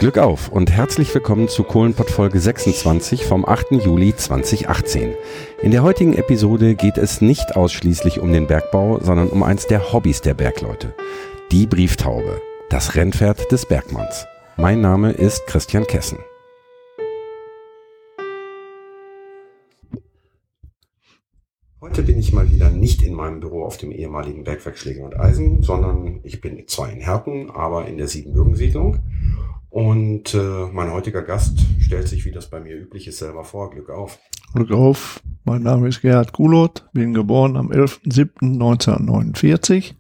Glück auf und herzlich willkommen zu Kohlenpott Folge 26 vom 8. Juli 2018. In der heutigen Episode geht es nicht ausschließlich um den Bergbau, sondern um eins der Hobbys der Bergleute. Die Brieftaube, das Rennpferd des Bergmanns. Mein Name ist Christian Kessen. Heute bin ich mal wieder nicht in meinem Büro auf dem ehemaligen Bergwerk Schläger und Eisen, sondern ich bin zwar in Herten, aber in der Siebenbürgen-Siedlung. Und mein heutiger Gast stellt sich, wie das bei mir üblich ist, selber vor. Glück auf. Glück auf. Mein Name ist Gerhard Kuhlot, bin geboren am 11.07.1949.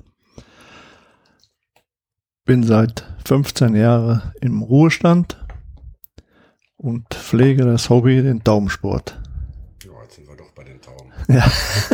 Bin seit 15 Jahren im Ruhestand und pflege das Hobby, den Taubensport. Ja, jetzt sind wir doch bei den Tauben. Ja.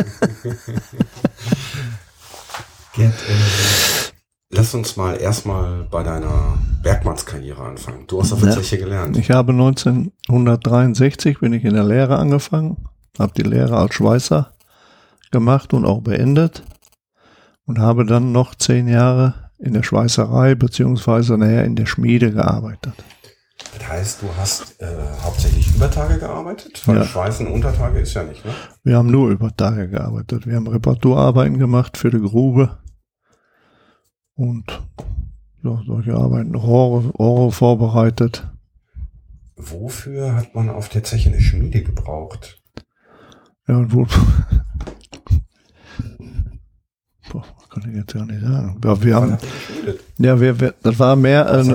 Gerd, lass uns mal erstmal bei deiner Bergmannskarriere anfangen. Du hast auf der Zeche gelernt. Ich habe 1963 bin ich in der Lehre angefangen, habe die Lehre als Schweißer gemacht und auch beendet und habe dann noch 10 Jahre in der Schweißerei beziehungsweise nachher in der Schmiede gearbeitet. Das heißt, du hast hauptsächlich Übertage gearbeitet? Weil Schweißen Untertage ist ja nicht, ne? Wir haben nur Übertage gearbeitet. Wir haben Reparaturarbeiten gemacht für die Grube und ja, solche Arbeiten, Rohre vorbereitet. Wofür hat man auf der Zeche eine Schmiede gebraucht? Ja, und kann ich jetzt gar nicht sagen. Ja, wir haben, das war mehr, es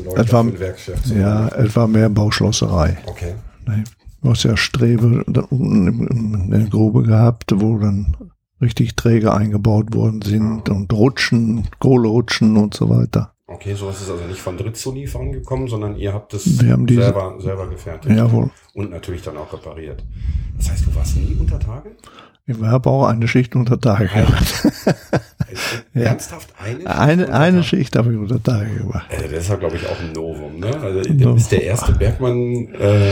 war mehr Bauschlosserei. Okay. Du hast ja Strebe da unten in der Grube gehabt, wo dann richtig Träger eingebaut worden sind und Rutschen, Kohlerutschen und so weiter. Okay, so ist es also nicht von Drittzulieferern gekommen, sondern ihr habt es selber gefertigt. Jawohl. Und natürlich dann auch repariert. Das heißt, du warst nie unter Tage? Ich habe auch eine Schicht unter Tage gemacht. Ernsthaft eine Schicht habe ich unter Tage gemacht. Das ist ja, glaube ich, auch ein Novum, ne? Also du bist der erste Bergmann,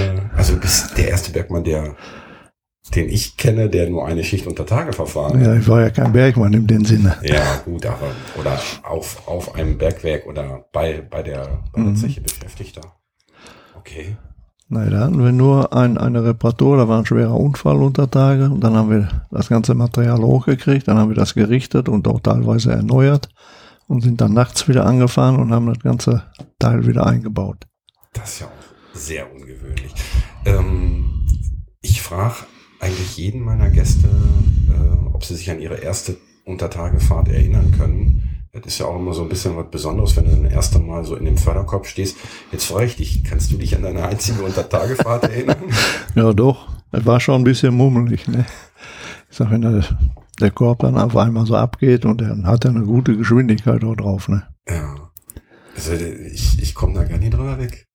den ich kenne, der nur eine Schicht unter Tage verfahren hat. Ja, ich war ja kein Bergmann in dem Sinne. Ja, gut, aber oder auf einem Bergwerk oder bei der Zeche Beschäftigter. Okay. Nein, da hatten wir nur eine Reparatur, da war ein schwerer Unfall unter Tage und dann haben wir das ganze Material hochgekriegt, dann haben wir das gerichtet und auch teilweise erneuert und sind dann nachts wieder angefahren und haben das ganze Teil wieder eingebaut. Das ist ja auch sehr ungewöhnlich. Ich frage eigentlich jeden meiner Gäste, ob sie sich an ihre erste Untertagefahrt erinnern können. Das ist ja auch immer so ein bisschen was Besonderes, wenn du das erste Mal so in dem Förderkorb stehst. Jetzt frage ich dich, kannst du dich an deine einzige Untertagefahrt erinnern? Ja doch, das war schon ein bisschen mummelig. Ne? Ich sag, wenn der Korb dann auf einmal so abgeht und dann hat er eine gute Geschwindigkeit da drauf. Ne? Ja, also ich komme da gar nicht drüber weg.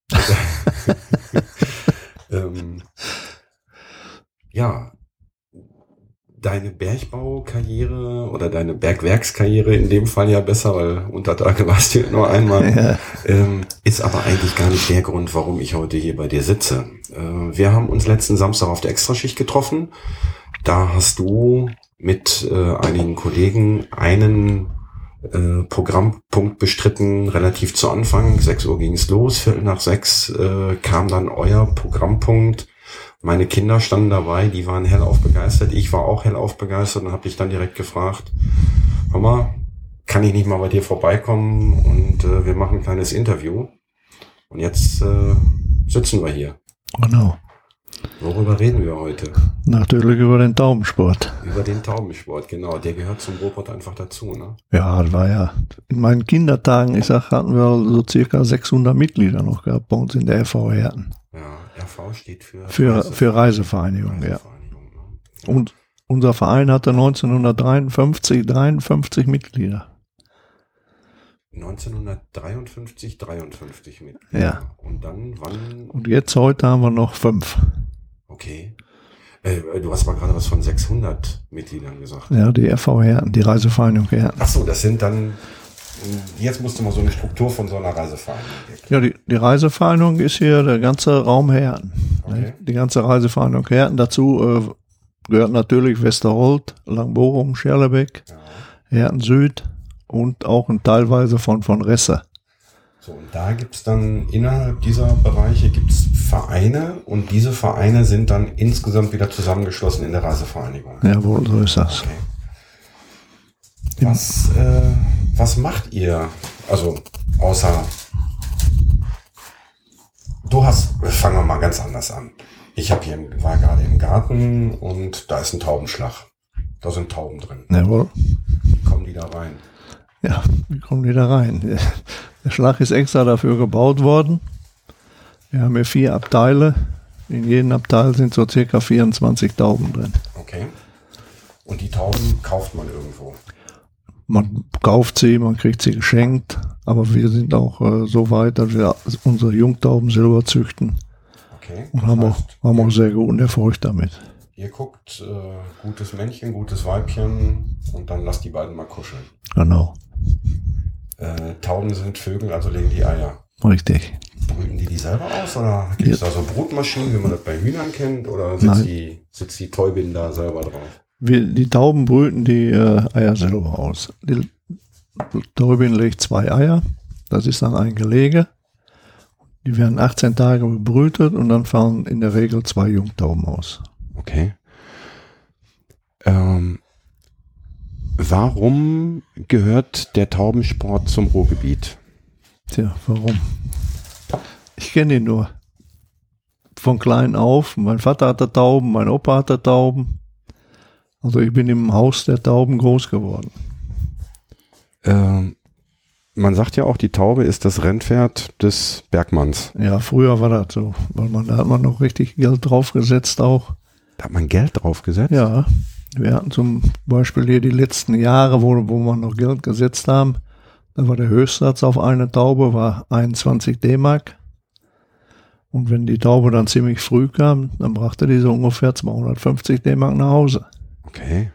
Ja, deine Bergbaukarriere oder deine Bergwerkskarriere in dem Fall ja besser, weil unter Tage warst du ja nur einmal, ist aber eigentlich gar nicht der Grund, warum ich heute hier bei dir sitze. Wir haben uns letzten Samstag auf der Extraschicht getroffen. Da hast du mit einigen Kollegen einen Programmpunkt bestritten, relativ zu Anfang. 6 Uhr ging es los, 5:45 kam dann euer Programmpunkt. Meine Kinder standen dabei, die waren hellauf begeistert. Ich war auch hellauf begeistert und habe dich dann direkt gefragt, Mama, kann ich nicht mal bei dir vorbeikommen und wir machen ein kleines Interview. Und jetzt sitzen wir hier. Genau. Worüber reden wir heute? Natürlich über den Taubensport. Über den Taubensport, genau. Der gehört zum Ruhrpott einfach dazu, ne? Ja, das war ja in meinen Kindertagen, hatten wir so circa 600 Mitglieder noch gehabt bei uns in der RV Herten. Ja, RV steht für Reisevereinigung, ja. Und unser Verein hatte 1953 Mitglieder. 1953, 53 Mitglieder. Ja. Und dann, wann? Und heute haben wir noch 5. Okay. Du hast mal gerade was von 600 Mitgliedern gesagt. Ja, die RV Herten, die Reisevereinigung Herten. Ach so, das sind dann, jetzt musst du mal so eine Struktur von so einer Reisevereinigung. Ja, die Reisevereinigung ist hier der ganze Raum Herten. Okay. Die ganze Reisevereinigung Herten. Dazu gehört natürlich Westerholt, Langbochum, Scherlebeck, Herten Süd und auch teilweise von Resse. So, und da gibt's dann innerhalb dieser Bereiche gibt's Vereine und diese Vereine sind dann insgesamt wieder zusammengeschlossen in der Reisevereinigung. Jawohl, so ist das. Okay. Was macht ihr? Also, außer fangen wir mal ganz anders an. Ich war gerade im Garten und da ist ein Taubenschlag. Da sind Tauben drin. Jawohl. Wie kommen die da rein? Ja, wie kommen die da rein? Der Schlag ist extra dafür gebaut worden. Wir haben hier 4 Abteile. In jedem Abteil sind so circa 24 Tauben drin. Okay. Und die Tauben kauft man irgendwo? Man kauft sie, man kriegt sie geschenkt. Aber wir sind auch so weit, dass wir unsere Jungtauben selber züchten. Okay. Und haben auch sehr guten Erfolg damit. Ihr guckt, gutes Männchen, gutes Weibchen und dann lasst die beiden mal kuscheln. Genau. Tauben sind Vögel, also legen die Eier. Richtig. Brüten die selber aus oder gibt es da so Brutmaschinen, wie man das bei Hühnern kennt? Oder sitzt die Täubin da selber drauf? Die Tauben brüten die Eier selber aus. Die Täubin legt 2 Eier. Das ist dann ein Gelege. Die werden 18 Tage bebrütet und dann fallen in der Regel 2 Jungtauben aus. Okay. Warum gehört der Taubensport zum Ruhrgebiet? Tja, warum? Ich kenne ihn nur. Von klein auf. Mein Vater hatte Tauben, mein Opa hatte Tauben. Also ich bin im Haus der Tauben groß geworden. Man sagt ja auch, die Taube ist das Rennpferd des Bergmanns. Ja, früher war das so. Da hat man noch richtig Geld draufgesetzt auch. Da hat man Geld draufgesetzt? Ja. Wir hatten zum Beispiel hier die letzten Jahre, wo wir noch Geld gesetzt haben. Da war der Höchstsatz auf eine Taube, war 21 D-Mark. Und wenn die Taube dann ziemlich früh kam, dann brachte die so ungefähr 250 D-Mark nach Hause. Okay.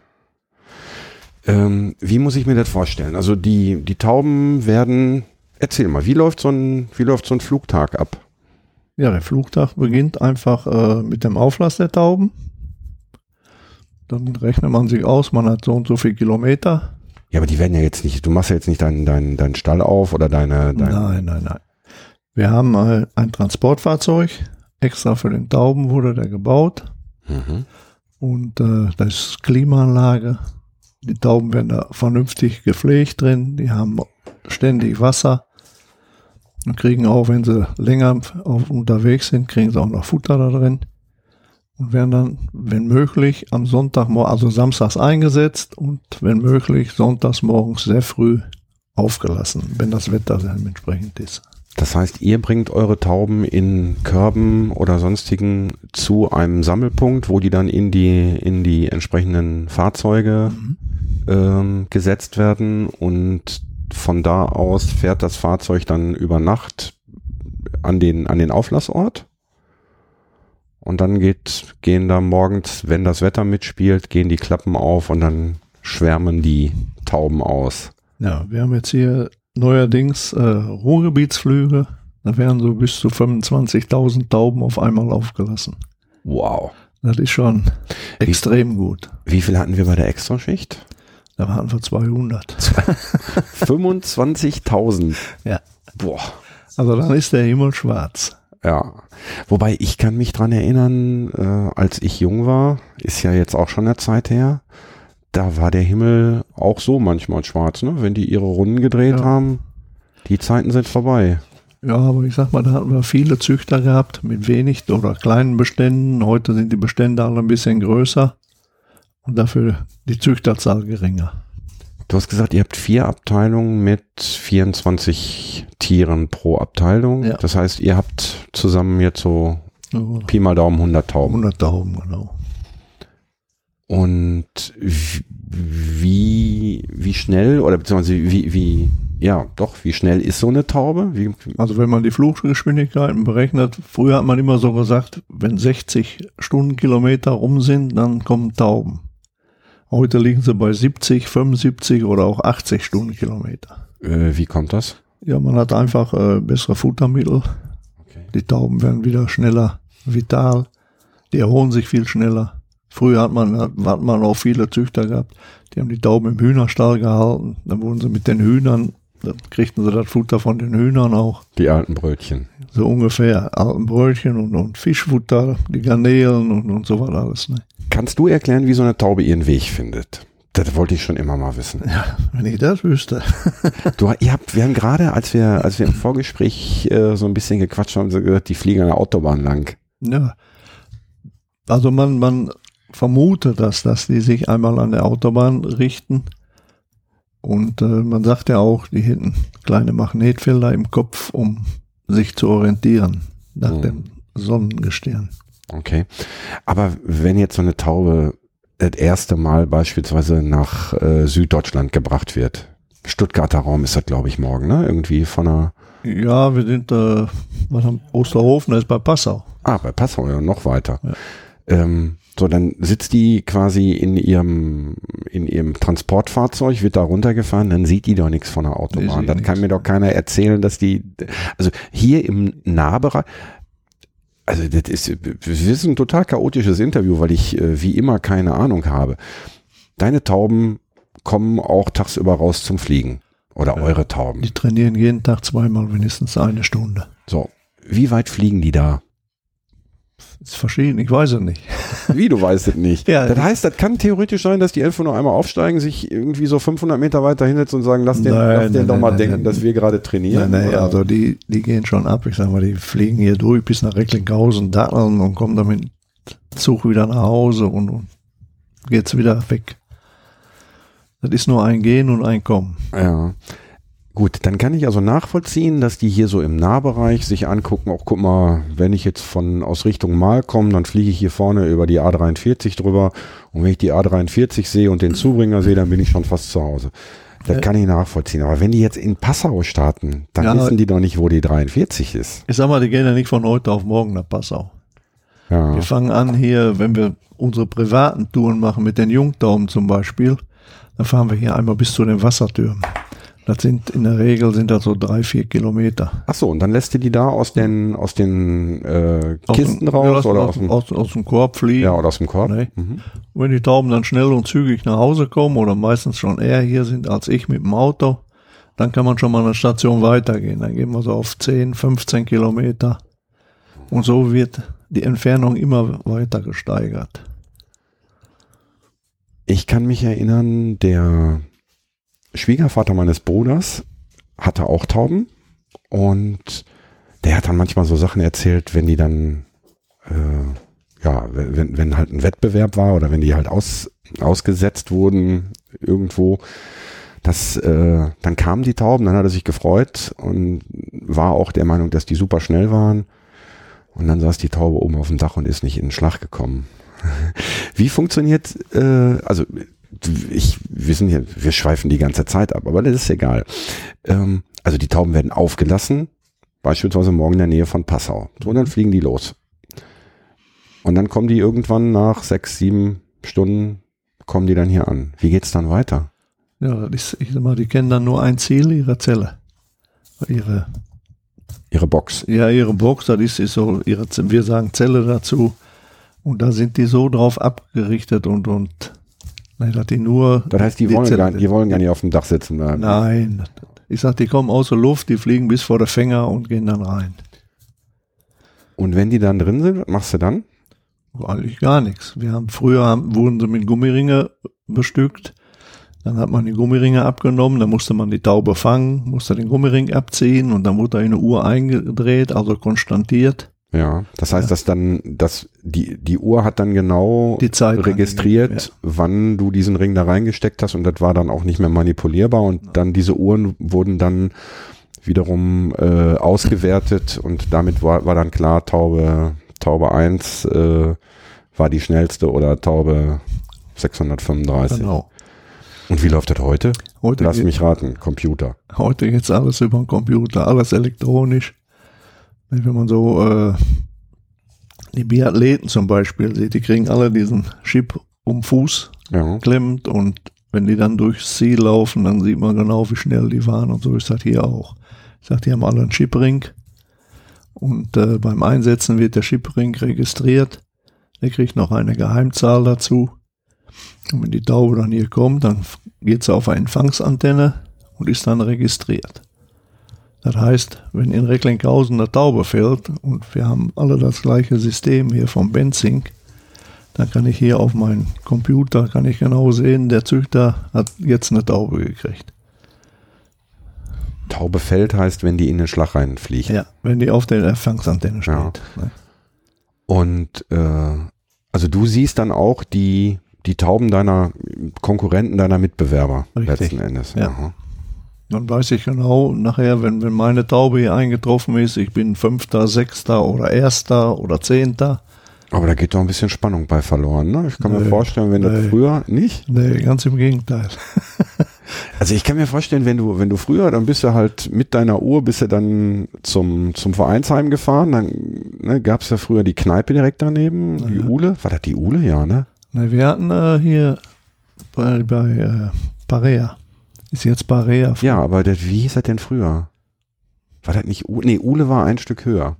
Wie muss ich mir das vorstellen? Also die Tauben werden, erzähl mal, wie läuft so ein Flugtag ab? Ja, der Flugtag beginnt einfach mit dem Auflass der Tauben. Dann rechnet man sich aus, man hat so und so viel Kilometer. Ja, aber die werden ja jetzt nicht, du machst ja jetzt nicht deinen Stall auf oder deine... Nein. Wir haben ein Transportfahrzeug, extra für den Tauben wurde der gebaut. Mhm. Und da ist Klimaanlage. Die Tauben werden da vernünftig gepflegt drin, die haben ständig Wasser und kriegen auch, wenn sie länger unterwegs sind, kriegen sie auch noch Futter da drin. Und werden dann, wenn möglich, am Sonntagmorgen, also samstags eingesetzt und wenn möglich, sonntags morgens sehr früh aufgelassen, wenn das Wetter dementsprechend ist. Das heißt, ihr bringt eure Tauben in Körben oder sonstigen zu einem Sammelpunkt, wo die dann in die entsprechenden Fahrzeuge gesetzt werden und von da aus fährt das Fahrzeug dann über Nacht an den Auflassort? Und dann gehen da morgens, wenn das Wetter mitspielt, gehen die Klappen auf und dann schwärmen die Tauben aus. Ja, wir haben jetzt hier neuerdings Ruhrgebietsflüge. Da werden so bis zu 25.000 Tauben auf einmal aufgelassen. Wow. Das ist schon extrem gut. Wie viel hatten wir bei der Extraschicht? Da waren wir 200. 25.000? Ja. Boah. Also dann ist der Himmel schwarz. Ja, wobei ich kann mich dran erinnern, als ich jung war, ist ja jetzt auch schon eine Zeit her, da war der Himmel auch so manchmal schwarz, ne? Wenn die ihre Runden gedreht haben, die Zeiten sind vorbei. Ja, aber ich sag mal, da hatten wir viele Züchter gehabt mit wenig oder kleinen Beständen. Heute sind die Bestände alle ein bisschen größer und dafür die Züchterzahl geringer. Du hast gesagt, ihr habt 4 Abteilungen mit 24 Tieren pro Abteilung. Ja. Das heißt, ihr habt zusammen jetzt so Pi mal Daumen 100 Tauben. 100 Tauben, genau. Und wie schnell oder beziehungsweise wie schnell ist so eine Taube? Also wenn man die Fluggeschwindigkeiten berechnet, früher hat man immer so gesagt, wenn 60 Stundenkilometer rum sind, dann kommen Tauben. Heute liegen sie bei 70, 75 oder auch 80 Stundenkilometer. Wie kommt das? Ja, man hat einfach bessere Futtermittel. Okay. Die Tauben werden wieder schneller vital. Die erholen sich viel schneller. Früher hat man auch viele Züchter gehabt, die haben die Tauben im Hühnerstall gehalten. Dann wurden sie mit den Hühnern dann kriegten sie das Futter von den Hühnern auch. Die alten Brötchen. So ungefähr, alten Brötchen und Fischfutter, die Garnelen und so was alles. Ne? Kannst du erklären, wie so eine Taube ihren Weg findet? Das wollte ich schon immer mal wissen. Ja, wenn ich das wüsste. Wir haben gerade, als wir im Vorgespräch so ein bisschen gequatscht haben, so gehört, die fliegen an der Autobahn lang. Ja, also man vermutet, dass die sich einmal an der Autobahn richten. Und man sagt ja auch, die hätten kleine Magnetfelder im Kopf, um sich zu orientieren nach dem Sonnengestirn. Okay. Aber wenn jetzt so eine Taube das erste Mal beispielsweise nach Süddeutschland gebracht wird, Stuttgarter Raum ist das, glaube ich, morgen, ne? Irgendwie von einer... Ja, wir sind Osterhofen, das ist bei Passau. Ah, bei Passau, ja, noch weiter. Ja. So, dann sitzt die quasi in ihrem Transportfahrzeug, wird da runtergefahren, dann sieht die doch nichts von der Autobahn. Dann kann mir doch keiner erzählen, dass also hier im Nahbereich, also das ist ein total chaotisches Interview, weil ich wie immer keine Ahnung habe. Deine Tauben kommen auch tagsüber raus zum Fliegen. Oder eure Tauben. Die trainieren jeden Tag zweimal mindestens eine Stunde. So, wie weit fliegen die da? Das ist verschieden, ich weiß es nicht. Wie, du weißt es nicht? Ja, das heißt, das kann theoretisch sein, dass die Elfen nur einmal aufsteigen, sich irgendwie so 500 Meter weiter hinsetzen und sagen, lass den doch mal denken, dass wir gerade trainieren. Nein, also die gehen schon ab. Ich sag mal, die fliegen hier durch bis nach Recklinghausen, Datteln und kommen dann mit dem Zug wieder nach Hause und geht's wieder weg. Das ist nur ein Gehen und ein Kommen. Ja. Gut, dann kann ich also nachvollziehen, dass die hier so im Nahbereich sich angucken, auch guck mal, wenn ich jetzt aus Richtung Mahl komme, dann fliege ich hier vorne über die A43 drüber und wenn ich die A43 sehe und den Zubringer sehe, dann bin ich schon fast zu Hause. Das kann ich nachvollziehen. Aber wenn die jetzt in Passau starten, dann wissen die doch nicht, wo die 43 ist. Ich sag mal, die gehen ja nicht von heute auf morgen nach Passau. Ja. Wir fangen an hier, wenn wir unsere privaten Touren machen, mit den Jungtauben zum Beispiel, dann fahren wir hier einmal bis zu den Wassertürmen. Das sind in der Regel so 3-4 Kilometer. Ach so, und dann lässt du die da aus den Kisten raus oder aus dem Korb fliegen. Ja, oder aus dem Korb. Nee. Und wenn die Tauben dann schnell und zügig nach Hause kommen oder meistens schon eher hier sind als ich mit dem Auto, dann kann man schon mal eine Station weitergehen. Dann gehen wir so auf 10, 15 Kilometer. Und so wird die Entfernung immer weiter gesteigert. Ich kann mich erinnern, der Schwiegervater meines Bruders hatte auch Tauben und der hat dann manchmal so Sachen erzählt, wenn die dann, wenn halt ein Wettbewerb war oder wenn die halt ausgesetzt wurden irgendwo, dann kamen die Tauben, dann hat er sich gefreut und war auch der Meinung, dass die super schnell waren und dann saß die Taube oben auf dem Dach und ist nicht in den Schlag gekommen. Wie funktioniert, wir schweifen die ganze Zeit ab, aber das ist egal. Also die Tauben werden aufgelassen, beispielsweise morgen in der Nähe von Passau. Und dann fliegen die los. Und dann kommen die irgendwann nach 6-7 Stunden, kommen die dann hier an. Wie geht's dann weiter? Ja, ich sag mal, die kennen dann nur ein Ziel, ihre Zelle. Ihre Box. Ja, ihre Box, das ist so wir sagen Zelle dazu. Und da sind die so drauf abgerichtet und dass die nur... Das heißt, die wollen gar nicht auf dem Dach sitzen bleiben. Nein, ich sag, die kommen aus der Luft, die fliegen bis vor der Fänger und gehen dann rein. Und wenn die dann drin sind, was machst du dann? Eigentlich gar nichts. Wurden sie mit Gummiringe bestückt, dann hat man die Gummiringe abgenommen, dann musste man die Taube fangen, musste den Gummiring abziehen und dann wurde eine Uhr eingedreht, also konstantiert. Ja, das heißt, dass die Uhr hat dann genau die Zeit registriert, wann du diesen Ring da reingesteckt hast und das war dann auch nicht mehr manipulierbar und dann diese Uhren wurden dann wiederum ausgewertet und damit war dann klar, Taube 1 war die schnellste oder Taube 635. Genau. Und wie läuft das heute? Lass mich raten, Computer. Heute geht's alles über den Computer, alles elektronisch. Wenn man so die Biathleten zum Beispiel sieht, die kriegen alle diesen Chip um Fuß geklemmt und wenn die dann durchs Ziel laufen, dann sieht man genau, wie schnell die waren und so ist das hier auch. Ich sag, die haben alle einen Chipring und beim Einsetzen wird der Chipring registriert. Der kriegt noch eine Geheimzahl dazu. Und wenn die Taube dann hier kommt, dann geht sie auf eine Empfangsantenne und ist dann registriert. Das heißt, wenn in Recklinghausen eine Taube fällt und wir haben alle das gleiche System hier vom Benzing, dann kann ich hier auf meinen Computer kann ich genau sehen, der Züchter hat jetzt eine Taube gekriegt. Taube fällt heißt, wenn die in den Schlag reinfliegt. Ja, wenn die auf der Empfangsantenne steht. Ja. Ne? Und also du siehst dann auch die Tauben deiner Konkurrenten, deiner Mitbewerber. Richtig. Letzten Endes. Ja. Aha. Dann weiß ich genau, nachher, wenn meine Taube hier eingetroffen ist, ich bin 5., 6. oder 1. oder 10. Aber da geht doch ein bisschen Spannung bei verloren, ne? Ich kann mir vorstellen, wenn das früher nicht. Nee, ganz im Gegenteil. Also ich kann mir vorstellen, wenn du früher, dann bist du halt mit deiner Uhr, bist du dann zum Vereinsheim gefahren, dann gab es ja früher die Kneipe direkt daneben, die Uhle. War das die Uhle? Ja, ne? Ne, wir hatten hier bei Parea. Ist jetzt Parea. Ja, aber wie hieß das denn früher? War das nicht Uhle? Nee, Uhle war ein Stück höher.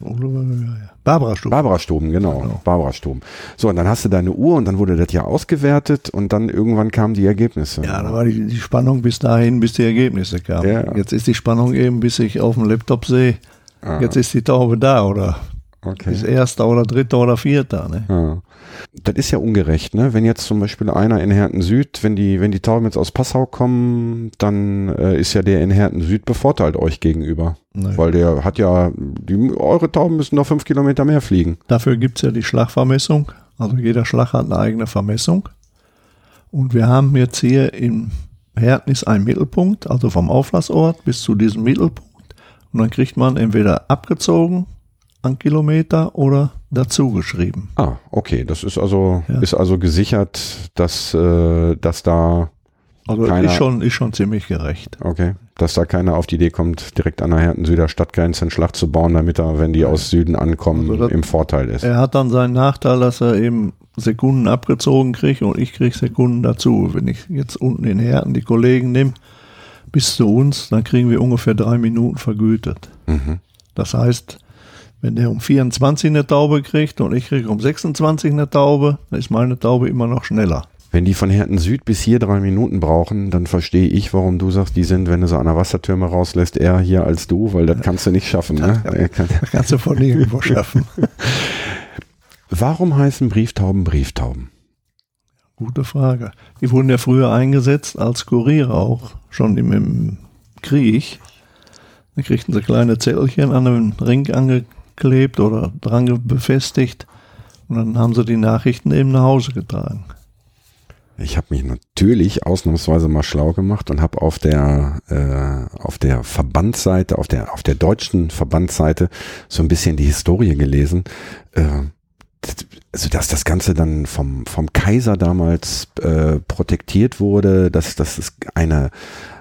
Barbara-Stuben, genau. Barbara-Stuben. So, und dann hast du deine Uhr und dann wurde das ja ausgewertet und dann irgendwann kamen die Ergebnisse. Ja, da war die Spannung bis dahin, bis die Ergebnisse kamen. Ja. Jetzt ist die Spannung eben, bis ich auf dem Laptop sehe, jetzt ist die Taube da oder ist 1. oder 3. oder 4. Ne? Ja. Das ist ja ungerecht, ne? Wenn jetzt zum Beispiel einer in Herten Süd, wenn die Tauben jetzt aus Passau kommen, dann ist ja der in Herten Süd bevorteilt euch gegenüber. Nein. Weil der hat ja, eure Tauben müssen noch 5 Kilometer mehr fliegen. Dafür gibt's ja die Schlagvermessung. Also jeder Schlag hat eine eigene Vermessung. Und wir haben jetzt hier in Herten ist ein Mittelpunkt, also vom Auflassort bis zu diesem Mittelpunkt. Und dann kriegt man entweder abgezogen an Kilometer oder dazu geschrieben. Ah, okay. Das ist also gesichert, dass da also keiner, ist schon ziemlich gerecht. Okay. Dass da keiner auf die Idee kommt, direkt an der Herten-Süder Stadtgrenze einen Schlag zu bauen, damit er, wenn die aus Süden ankommen, also im Vorteil ist. Er hat dann seinen Nachteil, dass er eben Sekunden abgezogen kriegt und ich kriege Sekunden dazu. Wenn ich jetzt unten in Herten die Kollegen nehme, bis zu uns, dann kriegen wir ungefähr 3 Minuten vergütet. Mhm. Das heißt, wenn der um 24 eine Taube kriegt und ich kriege um 26 eine Taube, dann ist meine Taube immer noch schneller. Wenn die von Herten Süd bis hier 3 Minuten brauchen, dann verstehe ich, warum du sagst, die sind, wenn du sie an der Wassertürme rauslässt, eher hier als du, weil das kannst du nicht schaffen. Ne? Das kannst du von nirgendwo schaffen. Warum heißen Brieftauben Brieftauben? Gute Frage. Die wurden ja früher eingesetzt als Kuriere auch, schon im Krieg. Da kriegten sie kleine Zettelchen an einen Ring angeklebt oder dran befestigt und dann haben sie die Nachrichten eben nach Hause getragen. Ich habe mich natürlich ausnahmsweise mal schlau gemacht und habe auf der Verbandsseite, auf der deutschen Verbandsseite so ein bisschen die Historie gelesen. Also dass das Ganze dann vom Kaiser damals protektiert wurde, dass es eine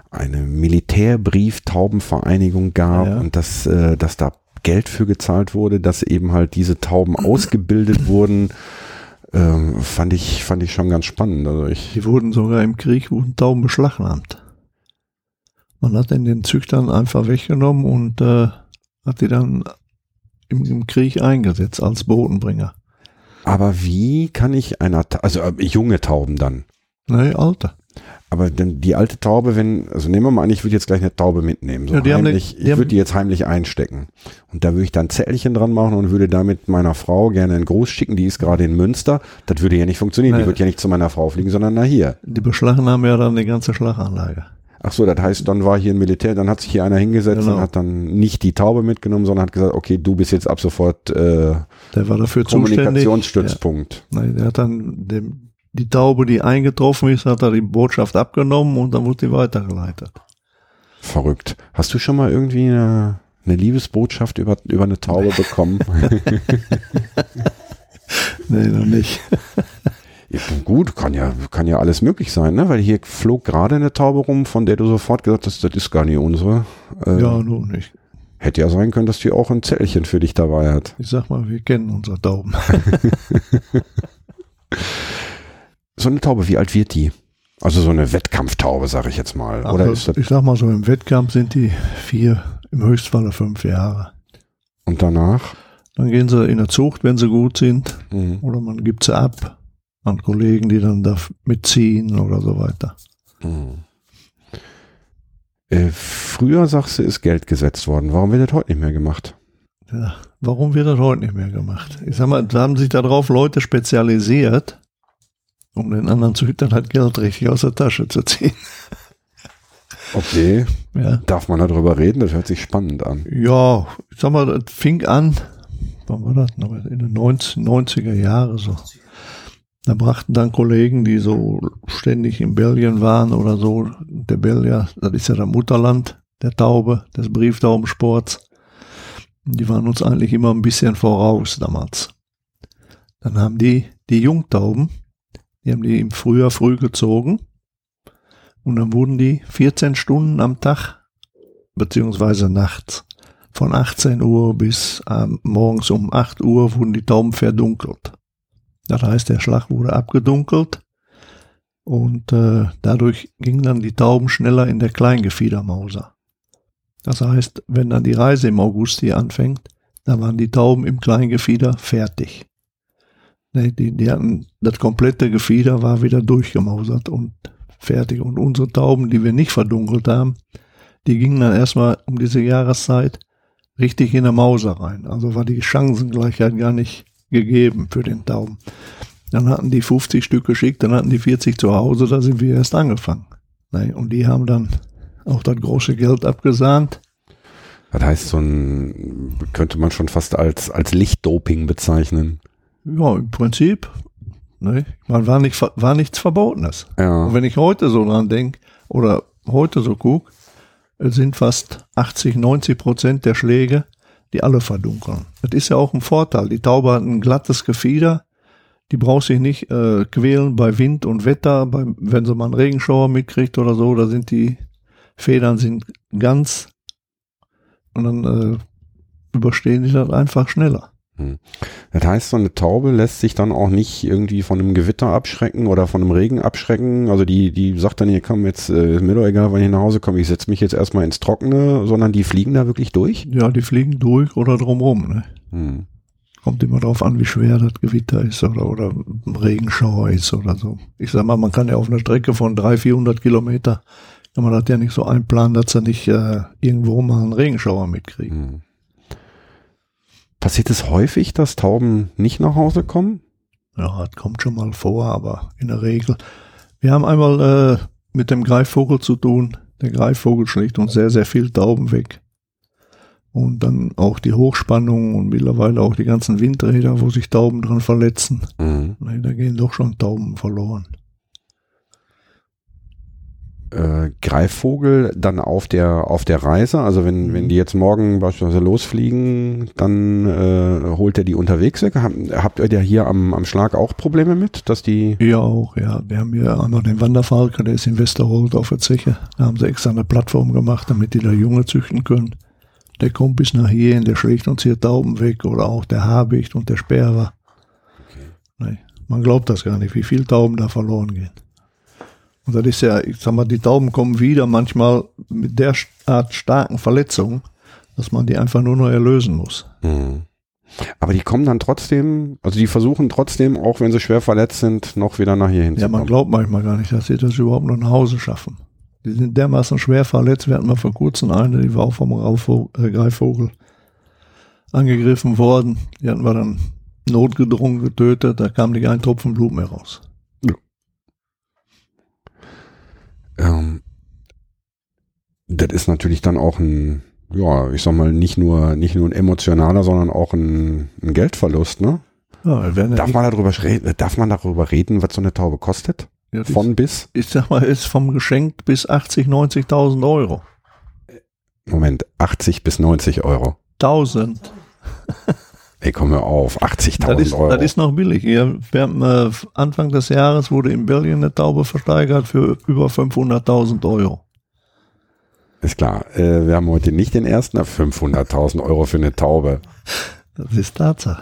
Militärbrieftaubenvereinigung gab und dass da Geld für gezahlt wurde, dass eben halt diese Tauben ausgebildet wurden. Fand ich schon ganz spannend. Also die wurden sogar im Krieg Tauben beschlagnahmt. Man hat den Züchtern einfach weggenommen und hat die dann im Krieg eingesetzt als Botenbringer. Aber wie kann ich junge Tauben dann? Nee, alte. Aber denn die alte Taube, nehmen wir mal an, ich würde jetzt gleich eine Taube mitnehmen. So ja, ich würde die jetzt heimlich einstecken. Und da würde ich dann ein Zettelchen dran machen und würde damit meiner Frau gerne einen Gruß schicken. Die ist gerade in Münster. Das würde ja nicht funktionieren. Nein. Die wird ja nicht zu meiner Frau fliegen, sondern nach hier. Die beschlagnahmen ja dann die ganze Schlaganlage. Ach so, das heißt, dann war hier ein Militär, dann hat sich hier einer hingesetzt und hat dann nicht die Taube mitgenommen, sondern hat gesagt, okay, du bist jetzt ab sofort der war dafür Kommunikationsstützpunkt. Ja. Nein, der hat dann die Taube, die eingetroffen ist, hat er die Botschaft abgenommen und dann wurde die weitergeleitet. Verrückt. Hast du schon mal irgendwie eine Liebesbotschaft über eine Taube bekommen? Nee, noch nicht. Ja, gut, kann ja alles möglich sein, ne? Weil hier flog gerade eine Taube rum, von der du sofort gesagt hast, das ist gar nicht unsere. Ja, nur nicht. Hätte ja sein können, dass die auch ein Zettelchen für dich dabei hat. Ich sag mal, wir kennen unsere Tauben. So eine Taube, wie alt wird die? Also so eine Wettkampftaube, sage ich jetzt mal. Also, oder ist das, ich sag mal so, im Wettkampf sind die 4, im Höchstfalle 5 Jahre. Und danach? Dann gehen sie in der Zucht, wenn sie gut sind. Mhm. Oder man gibt sie ab an Kollegen, die dann da mitziehen oder so weiter. Mhm. Früher, sagst du, ist Geld gesetzt worden. Warum wird das heute nicht mehr gemacht? Ja, warum wird das heute nicht mehr gemacht? Ich sag mal, da haben sich darauf Leute spezialisiert, um den anderen zu hüten, halt Geld richtig aus der Tasche zu ziehen. Okay. Ja. Darf man darüber reden? Das hört sich spannend an. Ja, ich sag mal, das fing an, wann war das? In den 90er Jahren so. Da brachten dann Kollegen, die so ständig in Belgien waren oder so, der Belgier, das ist ja das Mutterland der Taube, des Brieftaubensports. Die waren uns eigentlich immer ein bisschen voraus damals. Dann haben die Jungtauben, die haben die im Frühjahr früh gezogen und dann wurden die 14 Stunden am Tag, beziehungsweise nachts, von 18 Uhr bis morgens um 8 Uhr wurden die Tauben verdunkelt. Das heißt, der Schlag wurde abgedunkelt und dadurch gingen dann die Tauben schneller in der Kleingefiedermauser. Das heißt, wenn dann die Reise im August hier anfängt, dann waren die Tauben im Kleingefieder fertig. Die hatten, das komplette Gefieder war wieder durchgemausert und fertig. Und unsere Tauben, die wir nicht verdunkelt haben, die gingen dann erstmal um diese Jahreszeit richtig in der Mauser rein. Also war die Chancengleichheit gar nicht gegeben für den Tauben. Dann hatten die 50 Stück geschickt, dann hatten die 40 zu Hause, da sind wir erst angefangen. Und die haben dann auch das große Geld abgesahnt. Das heißt, könnte man schon fast als Lichtdoping bezeichnen. Ja, im Prinzip. Man war nichts Verbotenes. Ja. Und wenn ich heute so dran denke oder heute so gucke, es sind fast 80-90% der Schläge, die alle verdunkeln. Das ist ja auch ein Vorteil. Die Taube hat ein glattes Gefieder, die braucht sich nicht quälen bei Wind und Wetter, wenn sie mal einen Regenschauer mitkriegt oder so, da sind die Federn sind ganz und dann überstehen die das einfach schneller. Das heißt, so eine Taube lässt sich dann auch nicht irgendwie von einem Gewitter abschrecken oder von einem Regen abschrecken. Also die sagt dann, hier komm, jetzt ist mir doch egal, wenn ich nach Hause komme, ich setze mich jetzt erstmal ins Trockene, sondern die fliegen da wirklich durch? Ja, die fliegen durch oder drumrum. Ne? Kommt immer drauf an, wie schwer das Gewitter ist oder ein Regenschauer ist oder so. Ich sag mal, man kann ja auf einer Strecke von 300-400 Kilometer, kann man das ja nicht so einplanen, dass sie nicht irgendwo mal einen Regenschauer mitkriegen. Passiert es häufig, dass Tauben nicht nach Hause kommen? Ja, das kommt schon mal vor, aber in der Regel. Wir haben einmal mit dem Greifvogel zu tun. Der Greifvogel schlägt uns sehr, sehr viel Tauben weg. Und dann auch die Hochspannung und mittlerweile auch die ganzen Windräder, wo sich Tauben dran verletzen. Da gehen doch schon Tauben verloren. Greifvogel dann auf der Reise, also wenn die jetzt morgen beispielsweise losfliegen, dann holt er die unterwegs weg. Habt ihr ja hier am Schlag auch Probleme mit, dass die? Ja, auch, ja. Wir haben hier einmal den Wanderfalke, der ist in Westerholt auf der Zeche. Da haben sie extra eine Plattform gemacht, damit die da Junge züchten können. Der kommt bis nach hierhin, der schlägt uns hier Tauben weg oder auch der Habicht und der Sperber. Okay. Man glaubt das gar nicht, wie viele Tauben da verloren gehen. Und das ist ja, ich sag mal, die Tauben kommen wieder manchmal mit der Art starken Verletzungen, dass man die einfach nur noch erlösen muss. Aber die kommen dann trotzdem, also die versuchen trotzdem, auch wenn sie schwer verletzt sind, noch wieder nach hier hinzukommen. Ja, man glaubt manchmal gar nicht, dass sie das überhaupt noch nach Hause schaffen. Die sind dermaßen schwer verletzt. Wir hatten mal vor kurzem eine, die war auch vom Greifvogel angegriffen worden. Die hatten wir dann notgedrungen getötet, da kam nicht ein Tropfen Blut mehr raus. Das ist natürlich dann auch ein, ja, ich sag mal, nicht nur ein emotionaler, sondern auch ein Geldverlust, ne? Ja, darf man darüber reden, was so eine Taube kostet? Ja, von bis? Ich sag mal, ist vom Geschenk bis 80.000, 90.000 Euro. Moment, 80 bis 90 Euro. 1000. Ey, komm mir auf, 80.000 Euro. Das ist noch billig. Anfang des Jahres wurde in Belgien eine Taube versteigert für über 500.000 Euro. Ist klar, wir haben heute nicht den ersten, 500.000 Euro für eine Taube. Das ist Tatsache.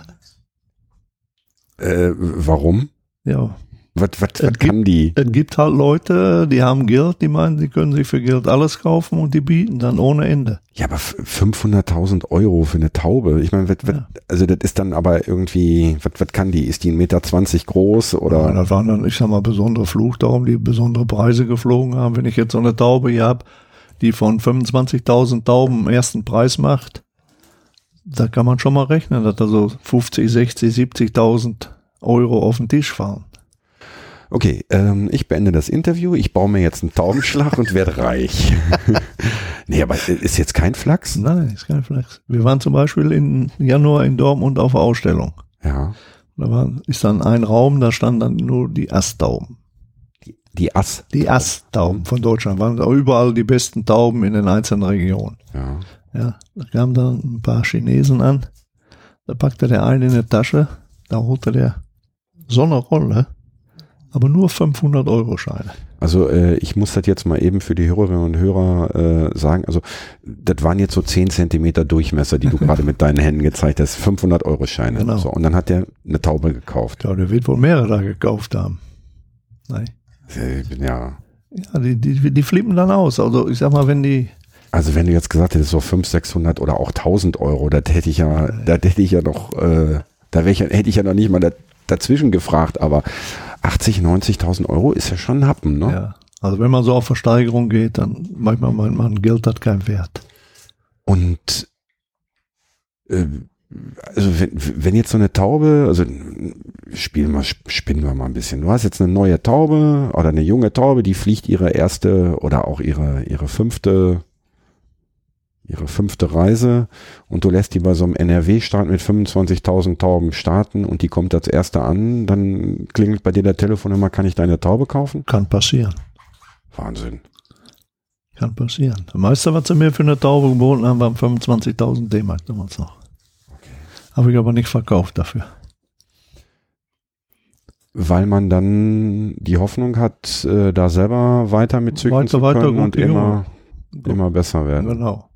Warum? Ja. Was kann die? Es gibt halt Leute, die haben Geld, die meinen, sie können sich für Geld alles kaufen und die bieten dann ohne Ende. Ja, aber 500.000 Euro für eine Taube. Ich meine, also das ist dann aber irgendwie, was kann die? Ist die 1,20 Meter groß oder? Ja, das waren dann, ich sag mal, besondere Fluchtauben, die besondere Preise geflogen haben. Wenn ich jetzt so eine Taube hier habe, die von 25.000 Tauben im ersten Preis macht, da kann man schon mal rechnen, dass da so 50, 60, 70.000 Euro auf den Tisch fallen. Okay, ich beende das Interview. Ich baue mir jetzt einen Taubenschlag und werde reich. Nee, aber ist jetzt kein Flachs? Nein, ist kein Flachs. Wir waren zum Beispiel im Januar in Dortmund auf der Ausstellung. Ja. Da ist dann ein Raum, da standen dann nur die Asttauben. Die Asttauben von Deutschland. Waren überall die besten Tauben in den einzelnen Regionen. Ja. Ja, da kamen dann ein paar Chinesen an. Da packte der eine in eine Tasche. Da holte der so eine Rolle, aber nur 500-Euro-Scheine. Also ich muss das jetzt mal eben für die Hörerinnen und Hörer sagen. Also das waren jetzt so 10 Zentimeter Durchmesser, die du gerade mit deinen Händen gezeigt hast. 500-Euro-Scheine. Genau. So, und dann hat der eine Taube gekauft. Ja, der wird wohl mehrere da gekauft haben. Nein. Ja. Ja, die flippen dann aus. Also ich sag mal, wenn du jetzt gesagt hättest, so 500, 600 oder auch 1.000 Euro, das hätte ich ja noch, hätte ich ja noch nicht mal dazwischen gefragt, aber 80.000, 90.000 Euro ist ja schon ein Happen, ne? Ja, also wenn man so auf Versteigerung geht, dann manchmal meint man, Geld hat keinen Wert. Und also wenn jetzt so eine Taube, also spinnen wir mal ein bisschen. Du hast jetzt eine neue Taube oder eine junge Taube, die fliegt ihre erste oder auch ihre fünfte Reise und du lässt die bei so einem NRW-Start mit 25.000 Tauben starten und die kommt als erste an, dann klingelt bei dir der Telefon immer, kann ich deine Taube kaufen? Kann passieren. Wahnsinn. Kann passieren. Der Meister, was sie mir für eine Taube geboten haben, waren 25.000 D-Mark damals noch. Okay. Habe ich aber nicht verkauft dafür. Weil man dann die Hoffnung hat, da selber weiter mit züchten zu können und immer besser werden. Genau.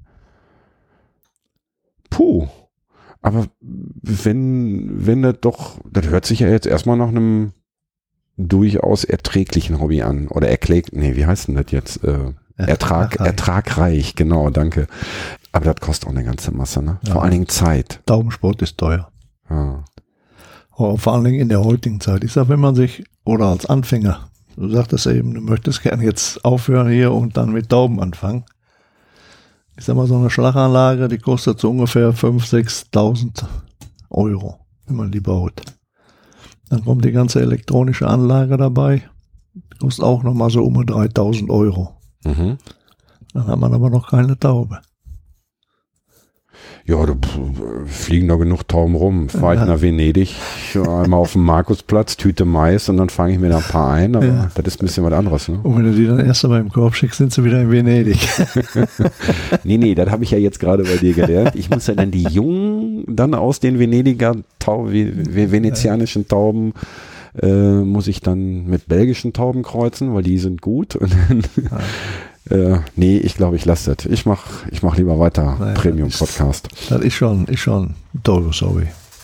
Puh, aber wenn das hört sich ja jetzt erstmal nach einem durchaus erträglichen Hobby an. Oder wie heißt denn das jetzt? Ertragreich, genau, danke. Aber das kostet auch eine ganze Masse, ne? Ja. Vor allen Dingen Zeit. Taubensport ist teuer. Ja. Vor allen Dingen in der heutigen Zeit. Ich sag, wenn man sich, oder als Anfänger, du sagtest eben, du möchtest gerne jetzt aufhören hier und dann mit Tauben anfangen. Ich sag mal, so eine Schlaganlage, die kostet so ungefähr 5.000, 6.000 Euro, wenn man die baut. Dann kommt die ganze elektronische Anlage dabei, die kostet auch nochmal so um 3.000 Euro. Mhm. Dann hat man aber noch keine Taube. Ja, da fliegen da genug Tauben rum. Fahr ich nach Venedig, einmal auf dem Markusplatz, Tüte Mais und dann fange ich mir da ein paar ein, aber das ist ein bisschen was anderes. Ne? Und wenn du die dann erst einmal im Korb schickst, sind sie wieder in Venedig. Nee, das habe ich ja jetzt gerade bei dir gelernt. Ich muss ja dann die Jungen dann aus den Venediger venezianischen Tauben muss ich dann mit belgischen Tauben kreuzen, weil die sind gut. Und dann nee, ich glaube, ich lasse das. Ich mach lieber weiter Premium-Podcast. Das ist schon ein teures Hobby.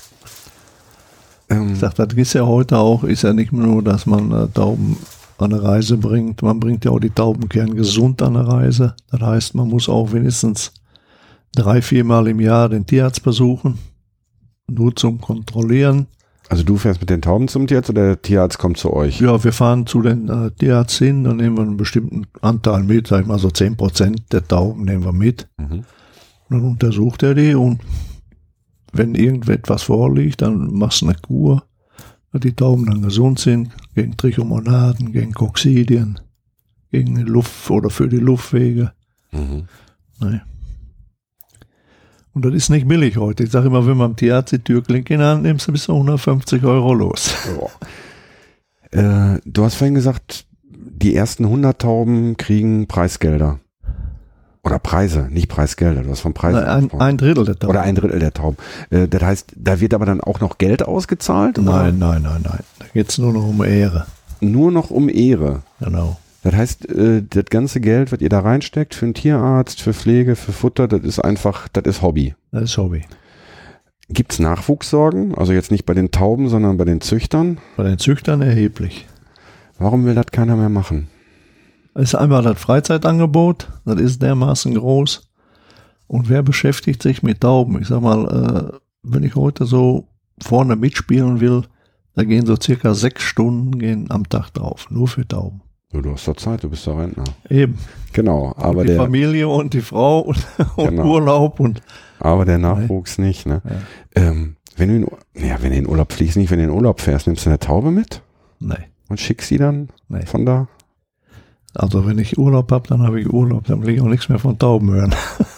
Ich sag, das ist ja heute auch, ist ja nicht nur, dass man Tauben an eine Reise bringt. Man bringt ja auch die Taubenkern gesund an eine Reise. Das heißt, man muss auch mindestens 3-4 Mal im Jahr den Tierarzt besuchen. Nur zum Kontrollieren. Also du fährst mit den Tauben zum Tierarzt oder der Tierarzt kommt zu euch? Ja, wir fahren zu den Tierarzt hin, dann nehmen wir einen bestimmten Anteil mit, sag ich mal so 10% der Tauben nehmen wir mit. Mhm. Dann untersucht er die und wenn irgendetwas vorliegt, dann machst du eine Kur, dass die Tauben dann gesund sind, gegen Trichomonaden, gegen Koksidien, gegen die Luft oder für die Luftwege. Mhm. Nee. Und das ist nicht billig heute. Ich sage immer, wenn man am Tierarzt die Türklinke in der Hand nimmst, bis zu 150 Euro los. Du hast vorhin gesagt, die ersten 100 Tauben kriegen Preisgelder. Oder Preise, nicht Preisgelder. Du hast von Preisen gesprochen. Ein Drittel der Tauben. Oder ein Drittel der Tauben. Das heißt, da wird aber dann auch noch Geld ausgezahlt? Nein. Da geht es nur noch um Ehre. Nur noch um Ehre? Genau. Das heißt, das ganze Geld, was ihr da reinsteckt, für einen Tierarzt, für Pflege, für Futter, das ist einfach, das ist Hobby. Das ist Hobby. Gibt es Nachwuchssorgen? Also jetzt nicht bei den Tauben, sondern bei den Züchtern? Bei den Züchtern erheblich. Warum will das keiner mehr machen? Das ist einmal das Freizeitangebot, das ist dermaßen groß. Und wer beschäftigt sich mit Tauben? Ich sag mal, wenn ich heute so vorne mitspielen will, da gehen so circa 6 Stunden am Tag drauf, nur für Tauben. Du hast doch Zeit, du bist doch Rentner. Eben. Genau, aber und die Familie und die Frau und genau. Urlaub und. Aber der Nachwuchs nicht, ne? Ja. Wenn du in Urlaub fliegst, nicht, wenn du in Urlaub fährst, nimmst du eine Taube mit? Nee. Und schickst sie dann von da? Also wenn ich Urlaub habe, dann habe ich Urlaub, dann will ich auch nichts mehr von Tauben hören.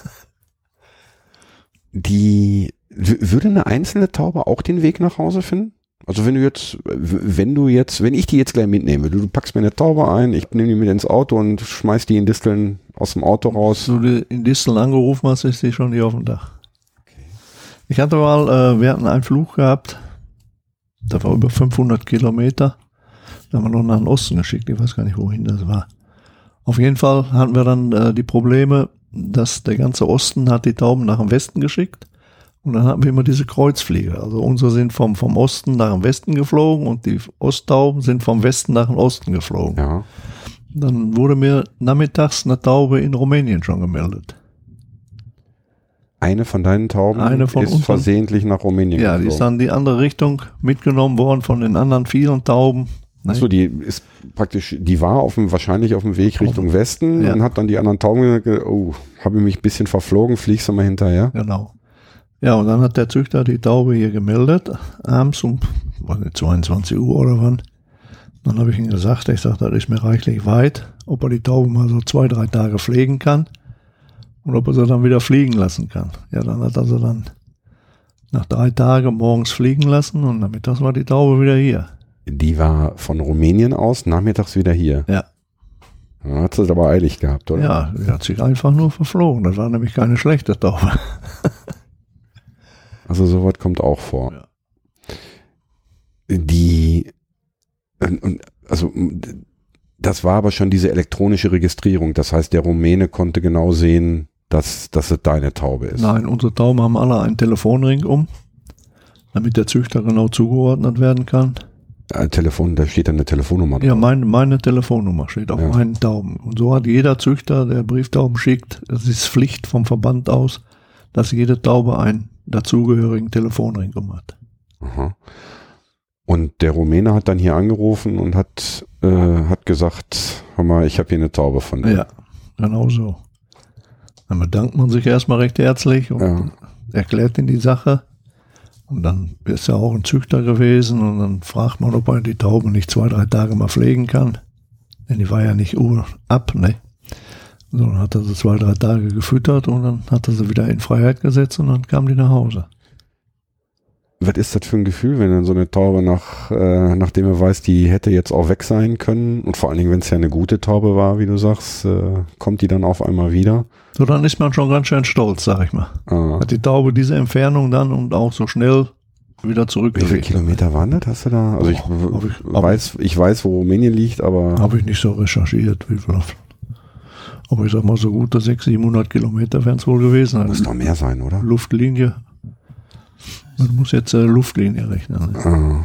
Würde eine einzelne Taube auch den Weg nach Hause finden? Also wenn ich die jetzt gleich mitnehme, du packst mir eine Taube ein, ich nehme die mit ins Auto und schmeiß die in Disteln aus dem Auto raus. Du in Disteln angerufen hast, ist die schon hier auf dem Dach. Okay. Ich hatte mal, wir hatten einen Flug gehabt, da war über 500 Kilometer, da haben wir noch nach den Osten geschickt, ich weiß gar nicht, wohin das war. Auf jeden Fall hatten wir dann die Probleme, dass der ganze Osten hat die Tauben nach dem Westen geschickt. Und dann hatten wir immer diese Kreuzflieger. Also unsere sind vom Osten nach dem Westen geflogen und die Osttauben sind vom Westen nach dem Osten geflogen. Ja. Dann wurde mir nachmittags eine Taube in Rumänien schon gemeldet. Eine von deinen Tauben ist versehentlich nach Rumänien geflogen? Ja, die ist dann in die andere Richtung mitgenommen worden von den anderen vielen Tauben. Achso, die ist praktisch, die war wahrscheinlich auf dem Weg Richtung Westen und hat dann die anderen Tauben gesagt, oh, habe ich mich ein bisschen verflogen, fliegst du mal hinterher? Genau. Ja, und dann hat der Züchter die Taube hier gemeldet, abends um 22 Uhr oder wann. Dann habe ich ihm gesagt, das ist mir reichlich weit, ob er die Taube mal so 2-3 Tage pflegen kann und ob er sie dann wieder fliegen lassen kann. Ja, dann hat er sie dann nach 3 Tagen morgens fliegen lassen und nachmittags war die Taube wieder hier. Die war von Rumänien aus nachmittags wieder hier? Ja. Dann hat sie es aber eilig gehabt, oder? Ja, sie hat sich einfach nur verflogen. Das war nämlich keine schlechte Taube. Also sowas kommt auch vor. Ja. Das war aber schon diese elektronische Registrierung. Das heißt, der Rumäne konnte genau sehen, dass es deine Taube ist. Nein, unsere Tauben haben alle einen Telefonring damit der Züchter genau zugeordnet werden kann. Da steht dann eine Telefonnummer drauf. Ja, meine Telefonnummer steht auf meinen Tauben. Und so hat jeder Züchter, der Brieftauben schickt, das ist Pflicht vom Verband aus, dass jede Taube einen dazugehörigen Telefonring hat. Aha. Und der Rumäne hat dann hier angerufen und hat gesagt, hör mal, ich habe hier eine Taube von dir. Ja, genau so. Dann bedankt man sich erstmal recht herzlich und erklärt ihm die Sache. Und dann ist er auch ein Züchter gewesen und dann fragt man, ob er die Taube nicht 2-3 Tage mal pflegen kann. Denn die war ja nicht ab, ne? So, dann hat er sie 2-3 Tage gefüttert und dann hat er sie wieder in Freiheit gesetzt und dann kam die nach Hause. Was ist das für ein Gefühl, wenn dann so eine Taube nachdem er weiß, die hätte jetzt auch weg sein können und vor allen Dingen, wenn es ja eine gute Taube war, wie du sagst, kommt die dann auf einmal wieder? So, dann ist man schon ganz schön stolz, sag ich mal. Hat die Taube diese Entfernung dann und auch so schnell wieder zurückgelegt. Wie viele Kilometer waren das? Hast du da? Also ich weiß, wo Rumänien liegt, aber... Habe ich nicht so recherchiert, wie viel. Aber ich sag mal, so gute 600-700 Kilometer wären es wohl gewesen. Muss doch mehr sein, oder? Luftlinie. Man muss jetzt Luftlinie rechnen. Ne?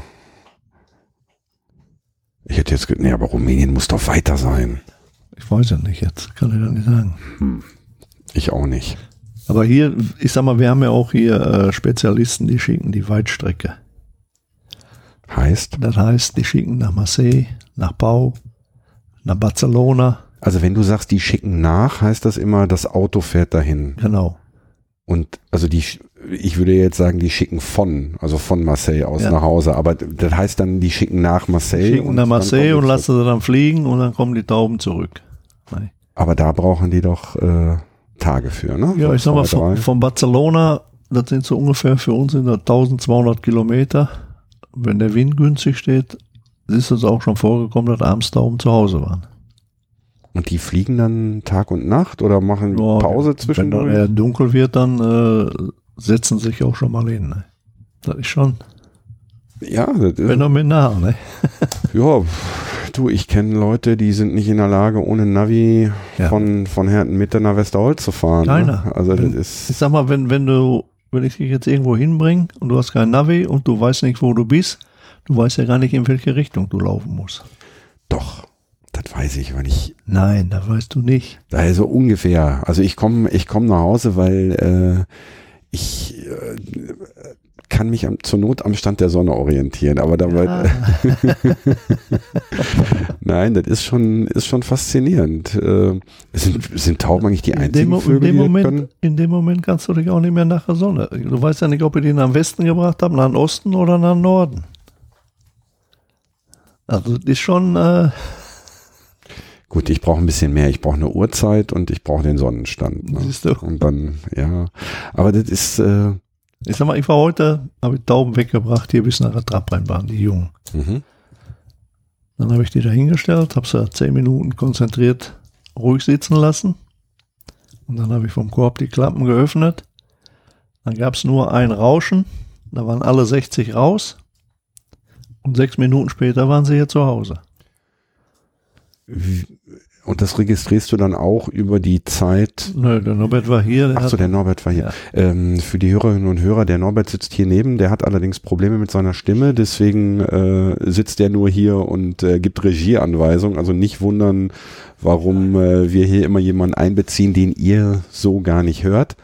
Ich hätte jetzt... Nee, aber Rumänien muss doch weiter sein. Ich weiß ja nicht jetzt. Kann ich da nicht sagen. Ich auch nicht. Aber hier, ich sag mal, wir haben ja auch hier Spezialisten, die schicken die Weitstrecke. Heißt? Das heißt, die schicken nach Marseille, nach Pau, nach Barcelona. Also wenn du sagst, die schicken nach, heißt das immer, das Auto fährt dahin. Genau. Und also ich würde jetzt sagen, die schicken von Marseille aus nach Hause. Aber das heißt dann, die schicken nach Marseille. Die schicken nach Marseille und lassen sie dann fliegen und dann kommen die Tauben zurück. Nein. Aber da brauchen die doch Tage für, ne? Ja, ich sag mal, von Barcelona, das sind so ungefähr für uns sind das 1200 Kilometer. Wenn der Wind günstig steht, ist es auch schon vorgekommen, dass abends Tauben zu Hause waren. Und die fliegen dann Tag und Nacht oder machen Pause zwischendurch? Wenn dann dunkel wird, dann setzen sich auch schon mal hin. Ne? Das ist schon phänomenal. Ne? Ja, du, ich kenne Leute, die sind nicht in der Lage, ohne Navi von Herten-Mitte nach Westerholz zu fahren. Keiner. Ne? Also das ist. Ich sag mal, wenn ich dich jetzt irgendwo hinbringe und du hast kein Navi und du weißt nicht, wo du bist, du weißt ja gar nicht, in welche Richtung du laufen musst. Doch. Das weiß ich, weil ich... Nein, das weißt du nicht. Also ungefähr. Also ich komm nach Hause, weil ich kann mich zur Not am Stand der Sonne orientieren, aber dabei, nein, das ist schon faszinierend. Sind Tauben eigentlich die einzigen Vögel, die das können? In dem Moment kannst du dich auch nicht mehr nach der Sonne. Du weißt ja nicht, ob ich die nach Westen gebracht habe, nach Osten oder nach Norden. Also das ist schon... Gut, ich brauche ein bisschen mehr. Ich brauche eine Uhrzeit und ich brauche den Sonnenstand. Ne? Siehst du? Und dann, ja. Aber das ist... ich sag mal, ich war heute, habe ich Tauben weggebracht, hier bis nach der Trabrennbahn, die Jungen. Mhm. Dann habe ich die da hingestellt, habe sie 10 Minuten konzentriert ruhig sitzen lassen. Und dann habe ich vom Korb die Klappen geöffnet. Dann gab es nur ein Rauschen. Da waren alle 60 raus. Und 6 Minuten später waren sie hier zu Hause. Und das registrierst du dann auch über die Zeit? Nö, der Norbert war hier. Achso, der Norbert war hier. Ja. Für die Hörerinnen und Hörer, der Norbert sitzt hier neben, der hat allerdings Probleme mit seiner Stimme, deswegen sitzt der nur hier und gibt Regieanweisungen. Also nicht wundern, warum wir hier immer jemanden einbeziehen, den ihr so gar nicht hört.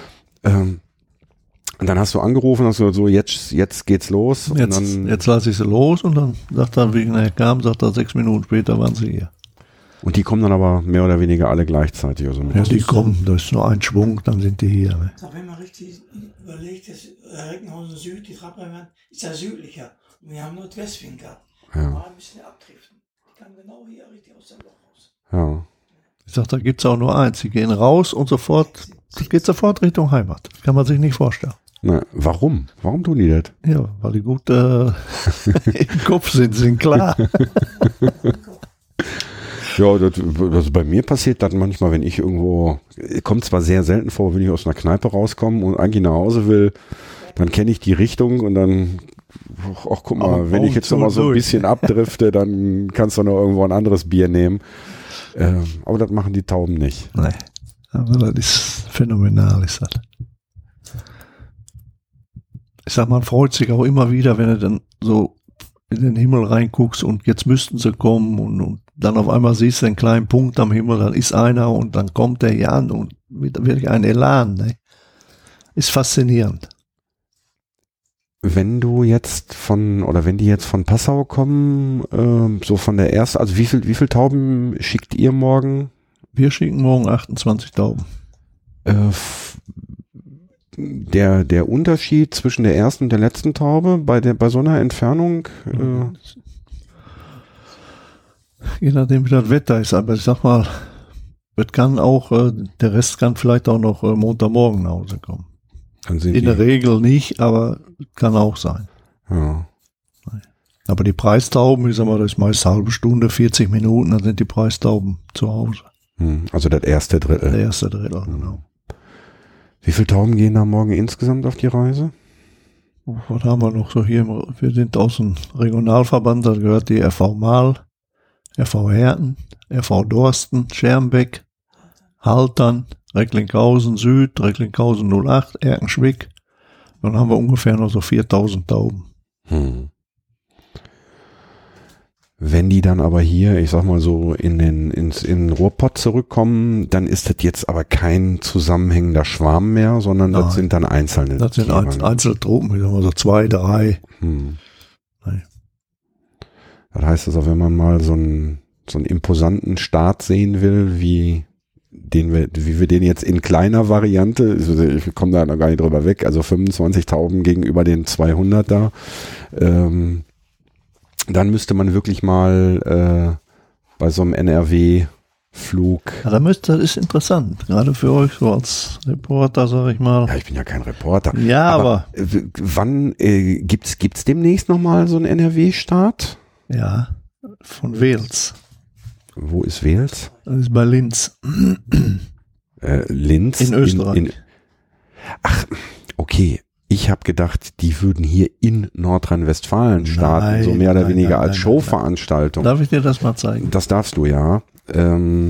Und dann hast du angerufen, hast du so, jetzt geht's los. Und jetzt lasse ich sie los und dann sagt er, wie er kam, sagt er, 6 Minuten später waren sie hier. Und die kommen dann aber mehr oder weniger alle gleichzeitig. Also ja, die kommen, da ist nur ein Schwung, dann sind die hier. Ne? Wenn man richtig überlegt, dass Recklinghausen Süd, die Trabrennbahn, ist ja südlicher. Und wir haben Nordwestwind gehabt. Ja. Mal ein bisschen abdriften. Die kamen genau hier richtig aus dem Loch raus. Ja. Ich sag, da gibt's auch nur eins. Die gehen raus und sofort, das geht sofort Richtung Heimat. Kann man sich nicht vorstellen. Na, warum? Warum tun die das? Ja, weil die gut im Kopf sind klar. Ja, das bei mir passiert das manchmal, wenn ich irgendwo, kommt zwar sehr selten vor, wenn ich aus einer Kneipe rauskomme und eigentlich nach Hause will, dann kenne ich die Richtung und dann, ach guck mal, wenn ich jetzt noch mal so ein bisschen abdrifte, dann kannst du noch irgendwo ein anderes Bier nehmen. Aber das machen die Tauben nicht. Nee, aber das ist phänomenal, ist das. Ich sag, man freut sich auch immer wieder, wenn du dann so in den Himmel reinguckst und jetzt müssten sie kommen und dann auf einmal siehst du einen kleinen Punkt am Himmel, dann ist einer und dann kommt der hier an und mit wirklich ein Elan. Ne? Ist faszinierend. Wenn die jetzt von Passau kommen, so von der ersten, also wie viel Tauben schickt ihr morgen? Wir schicken morgen 28 Tauben. Der Unterschied zwischen der ersten und der letzten Taube bei so einer Entfernung? Je nachdem, wie das Wetter ist, aber ich sag mal, das kann auch, der Rest kann vielleicht auch noch Montagmorgen nach Hause kommen. In der Regel nicht, aber kann auch sein. Ja. Aber die Preistauben, ich sag mal, das ist meist halbe Stunde, 40 Minuten, dann sind die Preistauben zu Hause. Also das erste Drittel. Der erste Drittel, genau. Wie viele Tauben gehen da morgen insgesamt auf die Reise? Was haben wir noch so hier? Wir sind aus dem Regionalverband, da gehört die RV Mahl, RV Herten, RV Dorsten, Schermbeck, Haltern, Recklinghausen Süd, Recklinghausen 08, Erkenschwick. Dann haben wir ungefähr noch so 4000 Tauben. Wenn die dann aber hier, ich sag mal so, in den Ruhrpott zurückkommen, dann ist das jetzt aber kein zusammenhängender Schwarm mehr, sondern das sind dann einzelne. Das sind Einzeltruppen, ich sag mal so 2, 3. Das heißt also, wenn man mal so einen imposanten Start sehen will, wie wir den jetzt in kleiner Variante, ich komme da noch gar nicht drüber weg, also 25 Tauben gegenüber den 200 da, dann müsste man wirklich mal bei so einem NRW-Flug. Ja, das ist interessant, gerade für euch so als Reporter, sag ich mal. Ja, ich bin ja kein Reporter. Ja, aber wann gibt's demnächst nochmal so einen NRW-Start? Ja, von Wels. Wo ist Wels? Das ist bei Linz. Linz? In Österreich. Ach, okay. Ich habe gedacht, die würden hier in Nordrhein-Westfalen starten, so mehr oder weniger als Showveranstaltung. Darf ich dir das mal zeigen? Das darfst du, ja. Das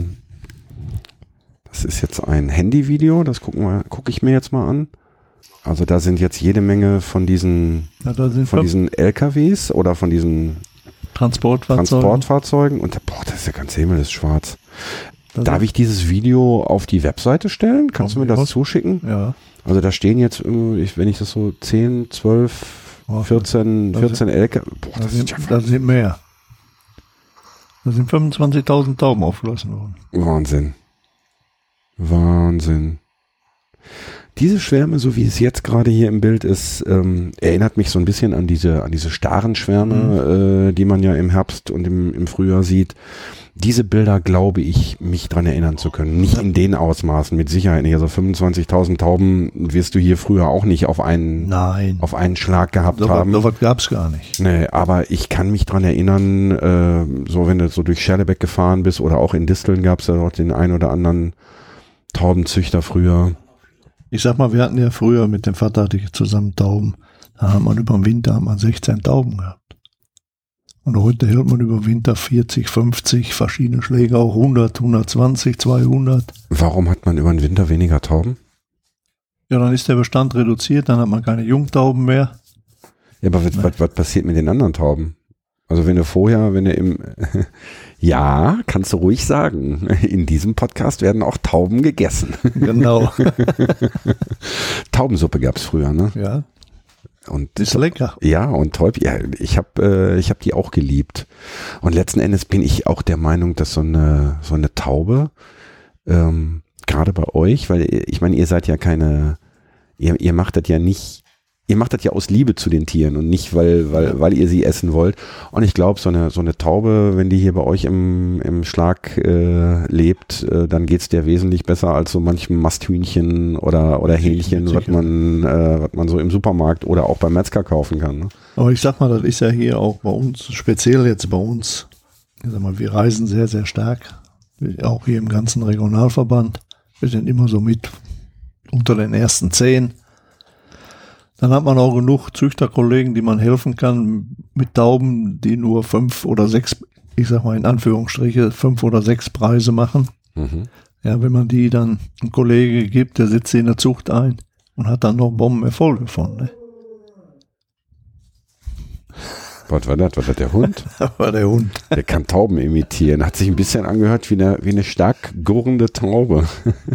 ist jetzt ein Handyvideo, das gucke ich mir jetzt mal an. Also da sind jetzt jede Menge von diesen LKWs oder von diesen Transportfahrzeugen und das ist der ganze Himmel ist schwarz. Darf ich dieses Video auf die Webseite stellen? Kannst du mir das zuschicken? Ja. Also da stehen jetzt, wenn ich das so 10, 12, 14 Elke. Boah, da sind mehr. Da sind 25.000 Tauben aufgelassen worden. Wahnsinn. Diese Schwärme, so wie es jetzt gerade hier im Bild ist, erinnert mich so ein bisschen an diese starren Schwärme, die man ja im Herbst und im Frühjahr sieht. Diese Bilder glaube ich, mich dran erinnern zu können. Nicht in den Ausmaßen, mit Sicherheit nicht. Also 25.000 Tauben wirst du hier früher auch nicht auf einen Schlag gehabt haben. So was gab's gar nicht. Nee, aber ich kann mich dran erinnern, so wenn du so durch Scherlebeck gefahren bist oder auch in Disteln gab's ja dort den ein oder anderen Taubenzüchter früher. Ich sag mal, wir hatten ja früher mit dem Vater hatte ich zusammen Tauben. Da haben wir über den Winter 16 Tauben gehabt. Und heute hält man über Winter 40, 50, verschiedene Schläge, auch 100, 120, 200. Warum hat man über den Winter weniger Tauben? Ja, dann ist der Bestand reduziert, dann hat man keine Jungtauben mehr. Ja, aber was passiert mit den anderen Tauben? Also ja, kannst du ruhig sagen, in diesem Podcast werden auch Tauben gegessen. Genau. Taubensuppe gab's früher, ne? Ja. Und ist lecker. Ja, und ich hab die auch geliebt. Und letzten Endes bin ich auch der Meinung, dass so eine Taube, gerade bei euch, weil ich meine, ihr seid ja ihr macht das ja nicht, ihr macht das ja aus Liebe zu den Tieren und nicht, weil ihr sie essen wollt. Und ich glaube, so eine Taube, wenn die hier bei euch im Schlag lebt, dann geht's der wesentlich besser als so manchem Masthühnchen oder Hähnchen, was man so im Supermarkt oder auch beim Metzger kaufen kann. Ne? Aber ich sag mal, das ist ja hier auch bei uns, speziell jetzt bei uns, ich sag mal, wir reisen sehr, sehr stark, auch hier im ganzen Regionalverband. Wir sind immer so mit unter den ersten 10. Dann hat man auch genug Züchterkollegen, die man helfen kann mit Tauben, die nur 5 oder 6, ich sag mal in Anführungsstriche, 5 oder 6 Preise machen. Mhm. Ja, wenn man die dann einem Kollege gibt, der setzt sie in der Zucht ein und hat dann noch Bombenerfolge von. Ne? Was war das? War das der Hund? Das war der Hund. Der kann Tauben imitieren. Hat sich ein bisschen angehört wie eine stark gurrende Taube.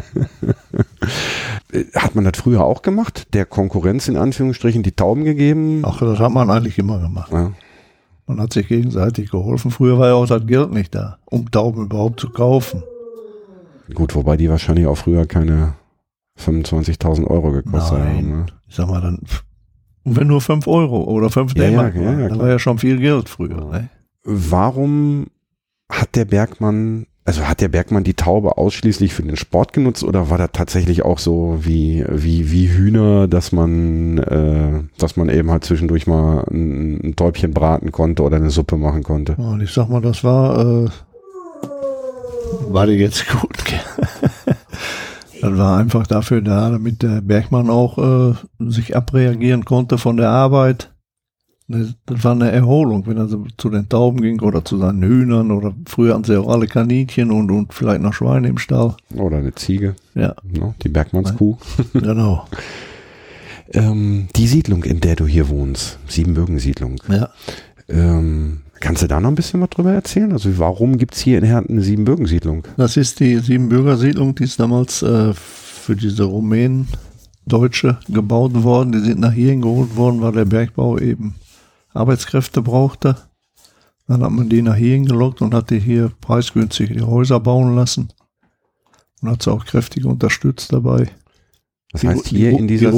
Hat man das früher auch gemacht? Der Konkurrenz in Anführungsstrichen die Tauben gegeben? Ach, das hat man eigentlich immer gemacht. Ja. Man hat sich gegenseitig geholfen. Früher war ja auch das Geld nicht da, um Tauben überhaupt zu kaufen. Gut, wobei die wahrscheinlich auch früher keine 25.000 Euro gekostet haben. Ne? Ich sag mal dann... Und wenn nur 5 Euro oder 5 D-Mark waren, dann war ja schon viel Geld früher. Ne? Warum hat der Bergmann die Taube ausschließlich für den Sport genutzt oder war das tatsächlich auch so wie Hühner, dass man eben halt zwischendurch mal ein Täubchen braten konnte oder eine Suppe machen konnte? Und ich sag mal, das war die jetzt gut. Das war einfach dafür da, damit der Bergmann auch sich abreagieren konnte von der Arbeit. Das war eine Erholung, wenn er so zu den Tauben ging oder zu seinen Hühnern oder früher hatten sie auch alle Kaninchen und vielleicht noch Schweine im Stall. Oder eine Ziege. Ja. No, die Bergmannskuh. Genau. Die Siedlung, in der du hier wohnst, Siebenbürgen-Siedlung. Ja. Kannst du da noch ein bisschen was drüber erzählen? Also warum gibt es hier in Herten eine Siebenbürgen-Siedlung? Das ist die Siebenbürger-Siedlung, die ist damals für diese Rumänen, Deutsche gebaut worden. Die sind nach hierhin geholt worden, weil der Bergbau eben Arbeitskräfte brauchte. Dann hat man die nach hierhin gelockt und hat die hier preisgünstig die Häuser bauen lassen. Und hat sie auch kräftig unterstützt dabei. Das heißt, hier in dieser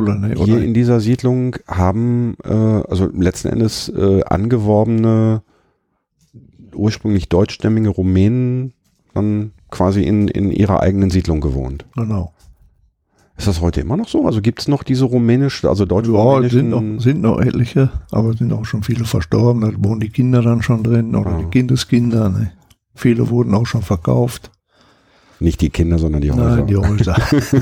Siedlung haben also letzten Endes angeworbene, ursprünglich deutschstämmige Rumänen dann quasi in ihrer eigenen Siedlung gewohnt. Genau. Ist das heute immer noch so? Also gibt es noch diese deutsch-rumänischen... Ja, sind noch etliche, aber sind auch schon viele verstorben. Da wohnen die Kinder dann schon drin oder die Kindeskinder. Ne? Viele wurden auch schon verkauft. Nicht die Kinder, sondern die Häuser. Nein, die Häuser.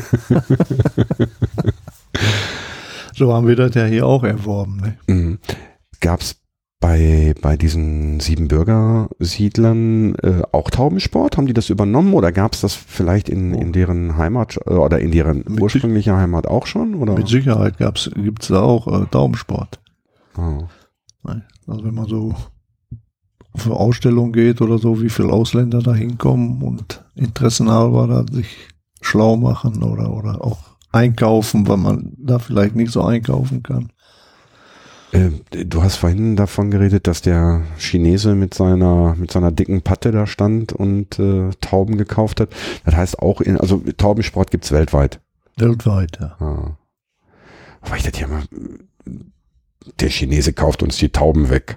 So haben wir das ja hier auch erworben. Ne? Mhm. Gab es bei diesen Siebenbürger-Siedlern auch Taubensport? Haben die das übernommen oder gab es das vielleicht in deren Heimat oder in deren ursprünglicher Heimat auch schon? Oder? Mit Sicherheit gibt es da auch Taubensport. Oh. Also wenn man so für Ausstellungen geht oder so, wie viele Ausländer da hinkommen und interessenhalber da sich schlau machen oder auch einkaufen, weil man da vielleicht nicht so einkaufen kann. Du hast vorhin davon geredet, dass der Chinese mit seiner dicken Patte da stand und Tauben gekauft hat. Das heißt auch, also Taubensport gibt's weltweit. Weltweit, ja. Ah. Aber ich dachte ja mal, der Chinese kauft uns die Tauben weg.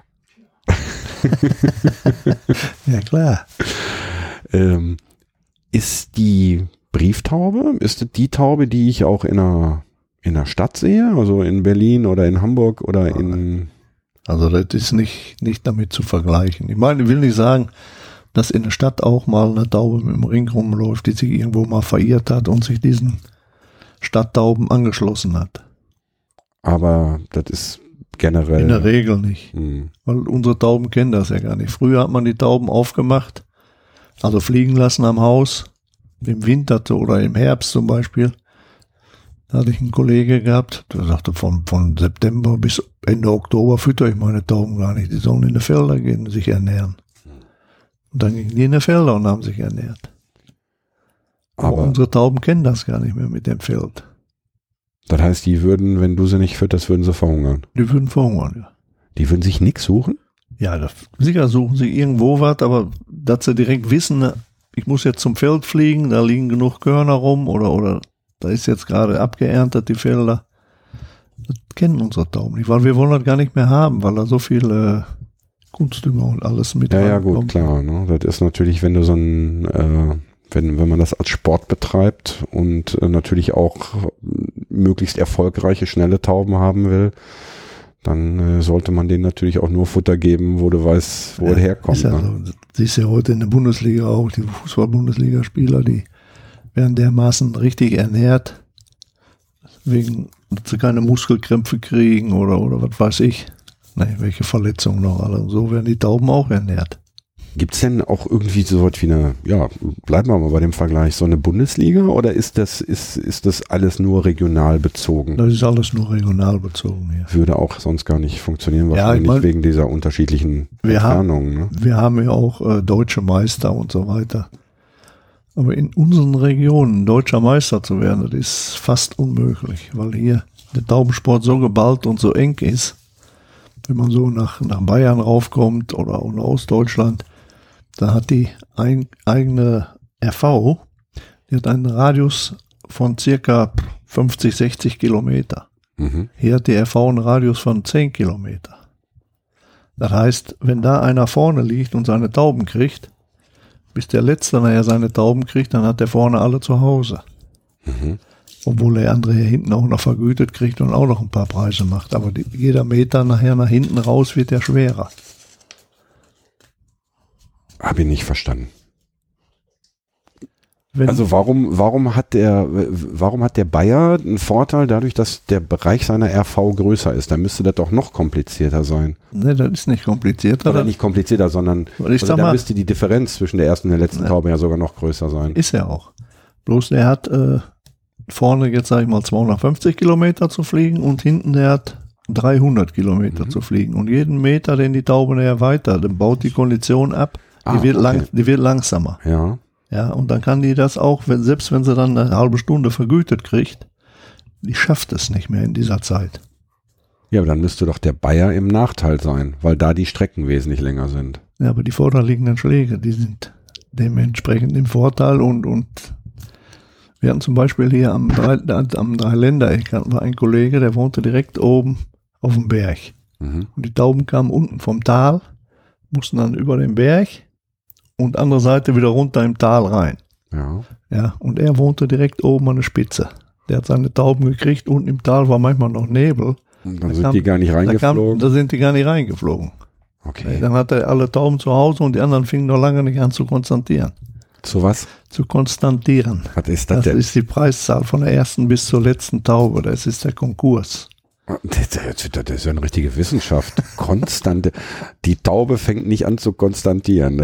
Ja, klar. Ist die Brieftaube, ist das die Taube, die ich auch in einer Stadt sehe? Also in Berlin oder in Hamburg oder in... Also das ist nicht damit zu vergleichen. Ich meine, ich will nicht sagen, dass in der Stadt auch mal eine Taube mit dem Ring rumläuft, die sich irgendwo mal verirrt hat und sich diesen Stadttauben angeschlossen hat. Aber das ist generell... In der Regel nicht. Weil unsere Tauben kennen das ja gar nicht. Früher hat man die Tauben aufgemacht, also fliegen lassen am Haus, im Winter oder im Herbst zum Beispiel. Da hatte ich einen Kollege gehabt, der sagte, von September bis Ende Oktober fütter ich meine Tauben gar nicht. Die sollen in die Felder gehen und sich ernähren. Und dann gingen die in die Felder und haben sich ernährt. Aber unsere Tauben kennen das gar nicht mehr mit dem Feld. Das heißt, die würden, wenn du sie nicht fütterst, würden sie verhungern? Die würden verhungern, ja. Die würden sich nichts suchen? Ja, sicher suchen sie irgendwo was, aber dass sie direkt wissen, ich muss jetzt zum Feld fliegen, da liegen genug Körner rum oder da ist jetzt gerade abgeerntet, die Felder. Das kennen unsere Tauben nicht, weil wir wollen das gar nicht mehr haben, weil da so viel Kunstdünger und alles mit Ja, gut, klar. Ne? Das ist natürlich, wenn du so ein, wenn man das als Sport betreibt und natürlich auch möglichst erfolgreiche, schnelle Tauben haben will, dann sollte man denen natürlich auch nur Futter geben, wo du weißt, wo es herkommt. Ist ja ne? so. Siehst ja heute in der Bundesliga auch, die Fußball-Bundesliga-Spieler, die werden dermaßen richtig ernährt, wegen, dass sie keine Muskelkrämpfe kriegen oder was weiß ich. Nee, welche Verletzungen noch alle. So werden die Tauben auch ernährt. Gibt es denn auch irgendwie so was wie eine, ja, bleiben wir mal bei dem Vergleich, so eine Bundesliga oder ist das alles nur regional bezogen? Das ist alles nur regional bezogen, ja. Würde auch sonst gar nicht funktionieren, wahrscheinlich nicht wegen dieser unterschiedlichen Entfernungen. Ne? Wir haben ja auch deutsche Meister und so weiter. Aber in unseren Regionen deutscher Meister zu werden, das ist fast unmöglich, weil hier der Taubensport so geballt und so eng ist. Wenn man so nach Bayern raufkommt oder Ostdeutschland, da hat die eigene RV, die hat einen Radius von circa 50, 60 Kilometer. Mhm. Hier hat die RV einen Radius von 10 Kilometer. Das heißt, wenn da einer vorne liegt und seine Tauben kriegt, bis der Letzte nachher seine Tauben kriegt, dann hat der vorne alle zu Hause. Mhm. Obwohl der andere hier hinten auch noch vergütet kriegt und auch noch ein paar Preise macht. Aber jeder Meter nachher nach hinten raus wird der schwerer. Habe ich nicht verstanden. Also warum hat der Bayer einen Vorteil dadurch, dass der Bereich seiner RV größer ist? Da müsste das doch noch komplizierter sein. Ne, das ist nicht komplizierter. Oder nicht komplizierter, sondern da müsste die Differenz zwischen der ersten und der letzten Taube ja sogar noch größer sein. Ist er auch. Bloß der hat vorne jetzt sage ich mal 250 Kilometer zu fliegen und hinten der hat 300 Kilometer zu fliegen. Und jeden Meter, den die Taube näher weiter, dann baut die Kondition ab. Die wird langsamer. Ja. Ja, und dann kann die das auch, selbst wenn sie dann eine halbe Stunde vergütet kriegt, die schafft es nicht mehr in dieser Zeit. Ja, aber dann müsste doch der Bayer im Nachteil sein, weil da die Strecken wesentlich länger sind. Ja, aber die vorderliegenden Schläge, die sind dementsprechend im Vorteil und wir hatten zum Beispiel hier am Dreiländereck war ein Kollege, der wohnte direkt oben auf dem Berg. Mhm. Und die Tauben kamen unten vom Tal, mussten dann über den Berg und andere Seite wieder runter im Tal rein. Ja. Ja, und er wohnte direkt oben an der Spitze. Der hat seine Tauben gekriegt, unten im Tal war manchmal noch Nebel. Und dann sind die gar nicht reingeflogen? Da sind die gar nicht reingeflogen. Okay. Dann hat er alle Tauben zu Hause und die anderen fingen noch lange nicht an zu konstantieren. Zu was? Zu konstantieren. Was ist das denn? Das ist die Preiszahl von der ersten bis zur letzten Taube. Das ist der Konkurs. Das ist ja eine richtige Wissenschaft. Konstante. Die Taube fängt nicht an zu konstantieren.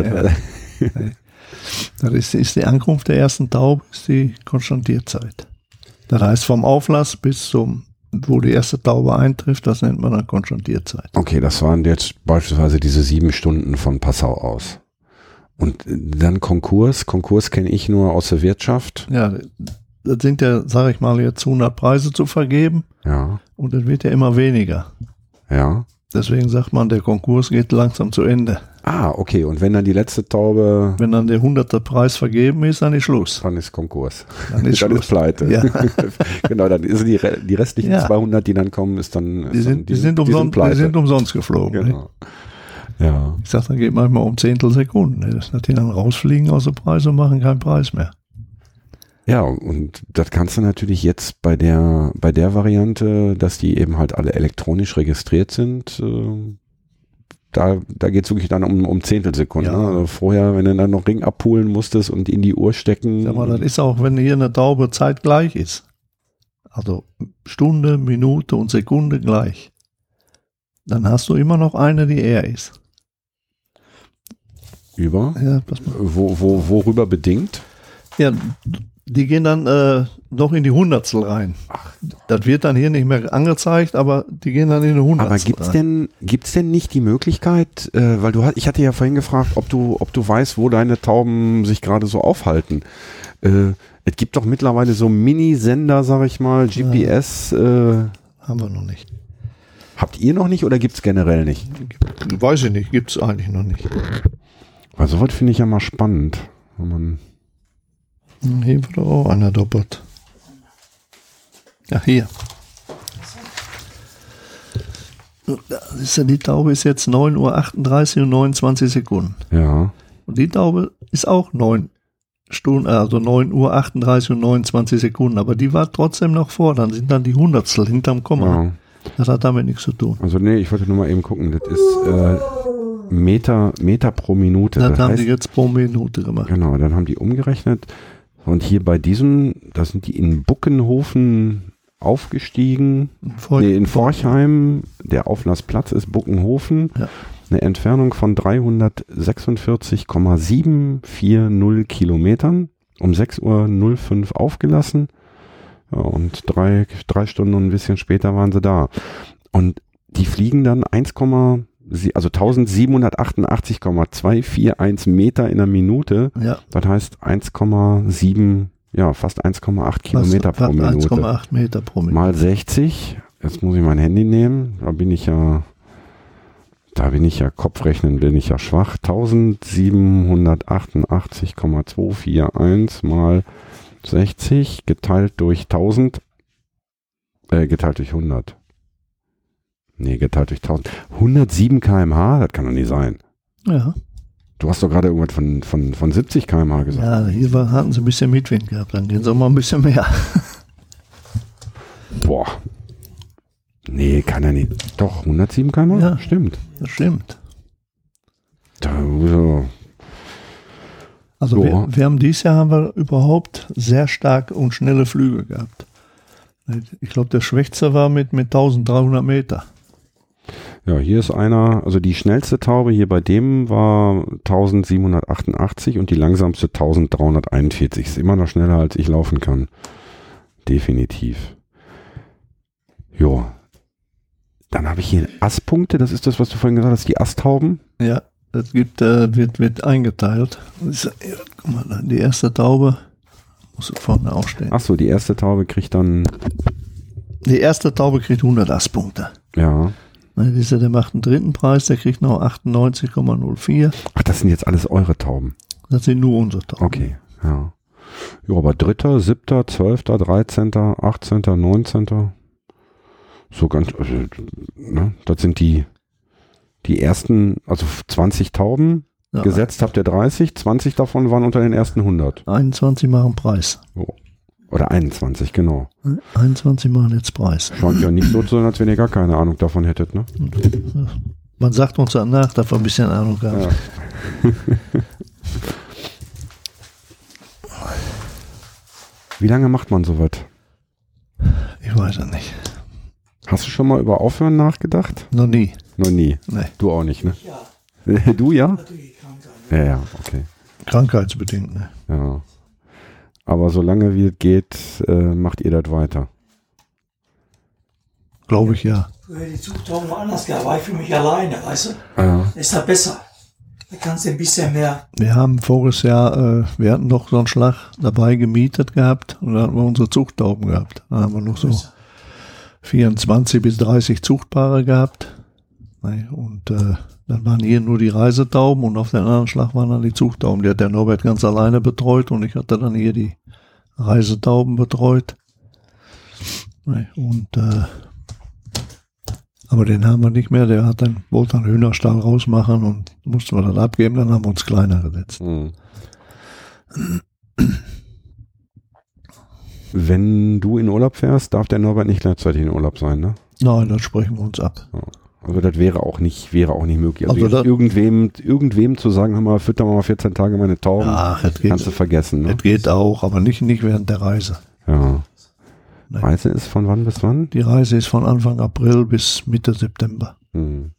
Das ist die Ankunft der ersten Taube, ist die Konstantierzeit. Das heißt vom Auflass bis zum wo die erste Taube eintrifft, das nennt man dann Konstantierzeit. Okay, das waren jetzt beispielsweise diese 7 Stunden von Passau aus. Und dann Konkurs. Konkurs kenne ich nur aus der Wirtschaft. Ja, das sind ja, sage ich mal, jetzt 100 Preise zu vergeben. Ja. Und es wird ja immer weniger. Ja. Deswegen sagt man, der Konkurs geht langsam zu Ende. Ah, okay. Und wenn dann die letzte Taube... Wenn dann der 100. Preis vergeben ist, dann ist Schluss. Dann ist Konkurs. Dann ist Dann ist Pleite. Ja. Genau, dann ist die restlichen 200, die dann kommen, ist dann... Die sind umsonst geflogen. Genau. Ja. Ich sag, dann geht manchmal um Zehntelsekunden. Dass die dann rausfliegen aus dem Preis und machen keinen Preis mehr. Ja, und das kannst du natürlich jetzt bei der Variante, dass die eben halt alle elektronisch registriert sind, da geht es wirklich dann um Zehntelsekunden. Ja. Ne? Also vorher, wenn du dann noch Ring abpulen musstest und in die Uhr stecken. Sag mal, das ist auch, wenn hier eine Taube zeitgleich ist. Also Stunde, Minute und Sekunde gleich. Dann hast du immer noch eine, die eher ist. Über? Ja, pass mal. Worüber bedingt? Ja, die gehen dann noch in die Hundertstel rein. Ach, das wird dann hier nicht mehr angezeigt, aber die gehen dann in die Hundertstel aber gibt's denn nicht die Möglichkeit, weil ich hatte ja vorhin gefragt, ob du weißt, wo deine Tauben sich gerade so aufhalten. Es gibt doch mittlerweile so Mini-Sender, sag ich mal, GPS. Haben wir noch nicht. Habt ihr noch nicht oder gibt's generell nicht? Weiß ich nicht, gibt's eigentlich noch nicht. Weil sowas finde ich ja mal spannend. Wenn man Hier wird auch einer doppelt. Ja, hier. Die Taube ist jetzt 9:38 Uhr und 29 Sekunden. Ja. Und die Taube ist auch 9 Stunden, also 9:38 Uhr und 29 Sekunden. Aber die war trotzdem noch vor. Dann sind dann die Hundertstel hinterm Komma. Ja. Das hat damit nichts zu tun. Also nee, ich wollte nur mal eben gucken. Das ist Meter pro Minute. Das haben die jetzt pro Minute gemacht. Genau, dann haben die umgerechnet. Und hier bei diesem, da sind die in Buckenhofen aufgestiegen. In Forchheim, der Auflassplatz ist Buckenhofen. Ja. Eine Entfernung von 346,740 Kilometern. Um 6:05 Uhr aufgelassen. Ja, und drei Stunden und ein bisschen später waren sie da. Und die fliegen dann 1788,241 Meter in der Minute. Ja. Das heißt 1,7, ja, fast 1,8 Kilometer pro Minute. 1,8 Meter pro Minute. Mal 60. Jetzt muss ich mein Handy nehmen. Da bin ich ja Kopfrechnen bin ich ja schwach. 1788,241 mal 60 geteilt durch 1000, geteilt durch 100. Nee, geteilt durch 1000. 107 km/h? Das kann doch nicht sein. Ja. Du hast doch gerade irgendwas von 70 km/h gesagt. Ja, hier hatten sie ein bisschen Mitwind gehabt, dann gehen sie auch mal ein bisschen mehr. Boah. Nee, kann er nicht. Doch, 107 km/h? Ja, stimmt. Das stimmt. Also so. wir haben dieses Jahr überhaupt sehr stark und schnelle Flüge gehabt. Ich glaube, der schwächste war mit 1300 Meter. Ja, hier ist einer, also die schnellste Taube hier bei dem war 1788 und die langsamste 1341. Ist immer noch schneller, als ich laufen kann. Definitiv. Jo. Dann habe ich hier Astpunkte, das ist das, was du vorhin gesagt hast, die Asttauben. Ja, das wird eingeteilt. Guck mal, die erste Taube muss vorne aufstehen. Achso, die erste Taube kriegt dann... Die erste Taube kriegt 100 Astpunkte. Ja. Der macht einen dritten Preis, der kriegt noch 98,04. Ach, das sind jetzt alles eure Tauben? Das sind nur unsere Tauben. Okay, ja. Ja, aber 3., 7., 12., 13., 18., 19. So ganz, also, ne, das sind die ersten, also 20 Tauben. Ja. Gesetzt habt ihr 30, 20 davon waren unter den ersten 100. 21 machen Preis. Oh. Oder 21, genau. 21 machen jetzt Preis. Scheint ja nicht so zu sein, als wenn ihr gar keine Ahnung davon hättet, ne? Man sagt uns danach, dass wir ein bisschen Ahnung haben. Ja. Wie lange macht man sowas? Ich weiß ja nicht. Hast du schon mal über Aufhören nachgedacht? Noch nie. Noch nie? Nee. Du auch nicht, ne? Ja. Du ja? Natürlich Krankheit. Ja, okay. Krankheitsbedingt, ne? Ja. Aber solange wie es geht, macht ihr das weiter. Glaube ich, ja. Früher die Zuchtauben woanders gehabt, war ich für mich alleine, weißt du? Ja. Ist da besser. Da kannst du ein bisschen mehr. Wir haben voriges Jahr, wir hatten doch so einen Schlag dabei gemietet gehabt und da hatten wir unsere Zuchttauben gehabt. Da haben wir noch so 24 bis 30 Zuchtpaare gehabt. Und dann waren hier nur die Reisetauben und auf den anderen Schlag waren dann die Zuchttauben. Die hat der Norbert ganz alleine betreut und ich hatte dann hier die Reisetauben betreut. Und aber den haben wir nicht mehr. Der wollte dann Hühnerstall rausmachen und mussten wir dann abgeben. Dann haben wir uns kleiner gesetzt. Mhm. Wenn du in Urlaub fährst, darf der Norbert nicht gleichzeitig in Urlaub sein, ne? Nein, dann sprechen wir uns ab. Also das wäre auch nicht möglich. Also Also irgendwem zu sagen, hör mal, fütter mal 14 Tage meine Tauben, Ach, kannst du vergessen. Ne? Das geht auch, aber nicht während der Reise. Ja. Nein. Reise ist von wann bis wann? Die Reise ist von Anfang April bis Mitte September. Hm.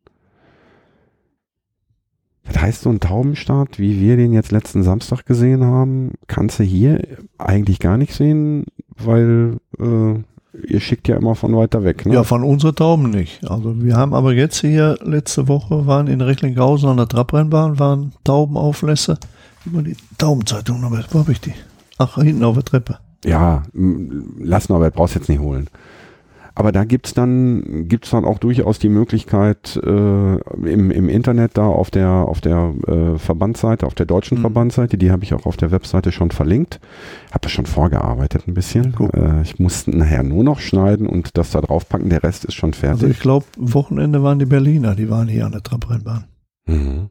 Das heißt, so ein Taubenstart, wie wir den jetzt letzten Samstag gesehen haben, kannst du hier eigentlich gar nicht sehen, weil ihr schickt ja immer von weiter weg. Ne? Ja, von unseren Tauben nicht. Also wir haben aber jetzt hier, letzte Woche waren in Recklinghausen an der Trabrennbahn, waren Taubenauflässe. Über die Taubenzeitung, wo habe ich die? Ach, hinten auf der Treppe. Ja, lass Norbert, brauchst jetzt nicht holen. Aber da gibt's dann auch durchaus die Möglichkeit im Internet da auf der Verbandsseite, auf der deutschen Verbandsseite, die habe ich auch auf der Webseite schon verlinkt. Habe das schon vorgearbeitet ein bisschen. Ich musste nachher nur noch schneiden und das da draufpacken. Der Rest ist schon fertig. Also ich glaube, Wochenende waren die Berliner, die waren hier an der Trabrennbahn. Mhm.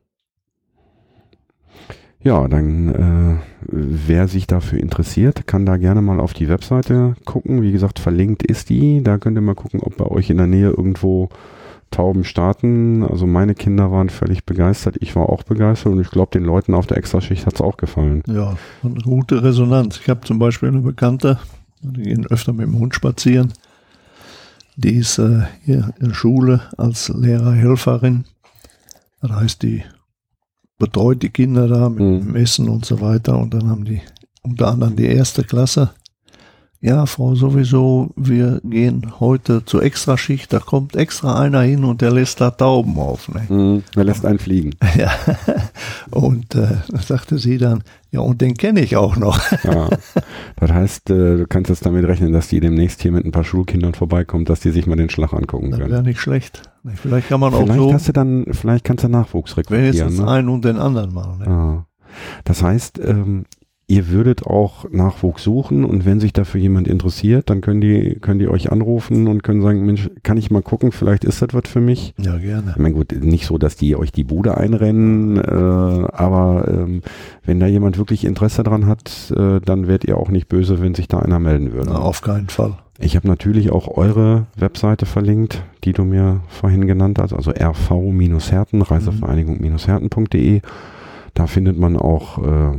Ja, dann wer sich dafür interessiert, kann da gerne mal auf die Webseite gucken. Wie gesagt, verlinkt ist die. Da könnt ihr mal gucken, ob bei euch in der Nähe irgendwo Tauben starten. Also meine Kinder waren völlig begeistert. Ich war auch begeistert und ich glaube, den Leuten auf der Extraschicht hat es auch gefallen. Ja, eine gute Resonanz. Ich habe zum Beispiel eine Bekannte, die gehen öfter mit dem Hund spazieren. Die ist hier in der Schule als Lehrerhelferin. Das heißt, die betreut die Kinder da mit dem Essen und so weiter. Und dann haben die unter anderem die erste Klasse. Ja, Frau, sowieso, wir gehen heute zur Extraschicht. Da kommt extra einer hin und der lässt da Tauben auf. Ne? Der lässt einen fliegen. Ja, und da sagte sie dann, ja, und den kenne ich auch noch. Ja, das heißt, du kannst jetzt damit rechnen, dass die demnächst hier mit ein paar Schulkindern vorbeikommt, dass die sich mal den Schlag angucken können. Das wäre nicht schlecht. Vielleicht kann man vielleicht auch so, vielleicht kannst du Nachwuchs rekrutieren. wenigstens Ne? einen und den anderen machen. Ne? Ja. Das heißt, ihr würdet auch Nachwuchs suchen und wenn sich dafür jemand interessiert, dann können die euch anrufen und können sagen, Mensch, kann ich mal gucken, vielleicht ist das was für mich. Ja, gerne. Ich meine, gut, nicht so, dass die euch die Bude einrennen, aber wenn da jemand wirklich Interesse dran hat, dann werdet ihr auch nicht böse, wenn sich da einer melden würde. Na, auf keinen Fall. Ich habe natürlich auch eure Webseite verlinkt, die du mir vorhin genannt hast, also rv-herten, Reisevereinigung-herten.de. Da findet man auch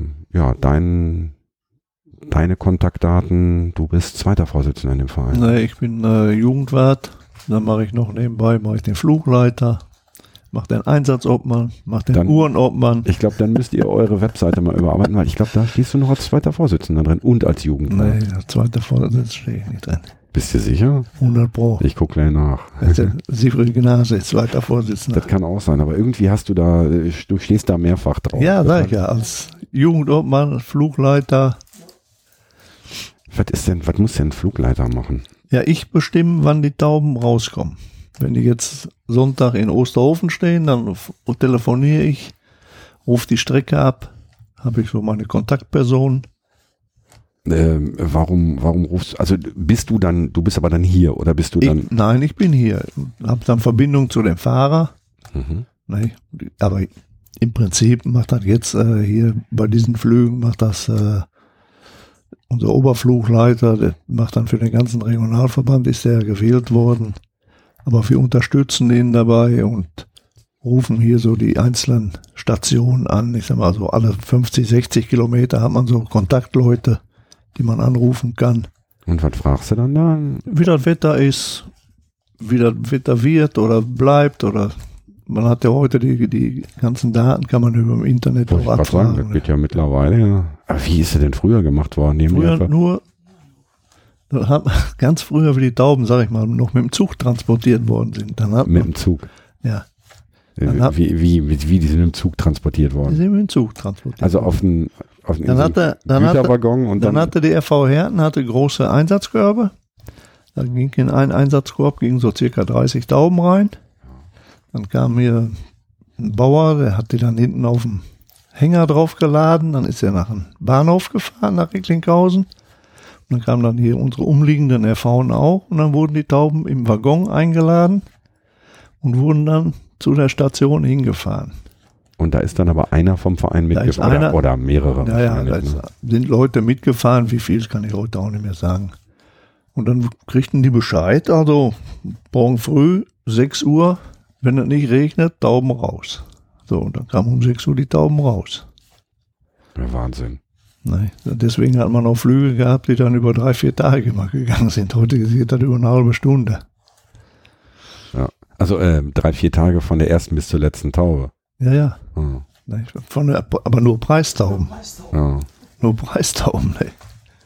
deine Kontaktdaten. Du bist zweiter Vorsitzender in dem Verein. Ne, ich bin Jugendwart. Dann mache ich noch nebenbei den Flugleiter, mache den Einsatzobmann, mache den Uhrenobmann. Ich glaube, dann müsst ihr eure Webseite mal überarbeiten, weil ich glaube, da stehst du noch als zweiter Vorsitzender drin und als Jugendwart. Nee, als zweiter Vorsitzender stehe ich nicht drin. Bist du sicher? 100%. Ich gucke gleich nach. Siegfried Gnase ist zweiter Vorsitzender. Das kann auch sein, aber irgendwie du stehst da mehrfach drauf. Ja, sag ich ja, als Jugendobmann, Flugleiter. Was muss denn ein Flugleiter machen? Ja, ich bestimme, wann die Tauben rauskommen. Wenn die jetzt Sonntag in Osterhofen stehen, dann telefoniere ich, rufe die Strecke ab, habe ich so meine Kontaktpersonen. Warum rufst du, also du bist aber dann hier oder bist du dann? Nein, ich bin hier, habe dann Verbindung zu dem Fahrer. Nee, aber im Prinzip macht das jetzt hier bei diesen Flügen, macht das unser Oberflugleiter, der macht dann für den ganzen Regionalverband, ist der gewählt worden. Aber wir unterstützen ihn dabei und rufen hier so die einzelnen Stationen an. Ich sag mal so alle 50, 60 Kilometer hat man so Kontaktleute, die man anrufen kann. Und was fragst du dann da? Wie das Wetter ist, wie das Wetter wird oder bleibt oder man hat ja heute die ganzen Daten, kann man über dem Internet auch abfragen. Das geht ja mittlerweile, ja. Aber wie ist er denn früher gemacht worden? Früher nur, Da haben ganz früher, wie die Tauben, sag ich mal, noch mit dem Zug transportiert worden sind. Mit dem Zug? Ja. Wie die sind im Zug transportiert worden? Die sind mit dem Zug transportiert worden. Also auf einen Güterwaggon und dann hatte die RV Herten große Einsatzkörbe. Da ging in einen Einsatzkorb so circa 30 Tauben rein. Dann kam hier ein Bauer, der hat die dann hinten auf dem Hänger draufgeladen. Dann ist er nach dem Bahnhof gefahren, nach Recklinghausen. Und dann kamen dann hier unsere umliegenden RVen auch. Und dann wurden die Tauben im Waggon eingeladen und wurden dann zu der Station hingefahren. Und da ist dann aber einer vom Verein mitgefahren oder mehrere. Ja, da sind Leute mitgefahren. Wie viel kann ich heute auch nicht mehr sagen. Und dann kriegten die Bescheid, also morgen früh 6 Uhr, wenn es nicht regnet, Tauben raus. So, und dann kamen um 6 Uhr die Tauben raus. Ja, Wahnsinn. Nein, deswegen hat man auch Flüge gehabt, die dann über 3-4 Tage immer gegangen sind. Heute geht das über eine halbe Stunde. Ja, also 3-4 Tage von der ersten bis zur letzten Taube. Ja. Hm. Aber nur Preistauben. Ja. Nur Preistauben, ne.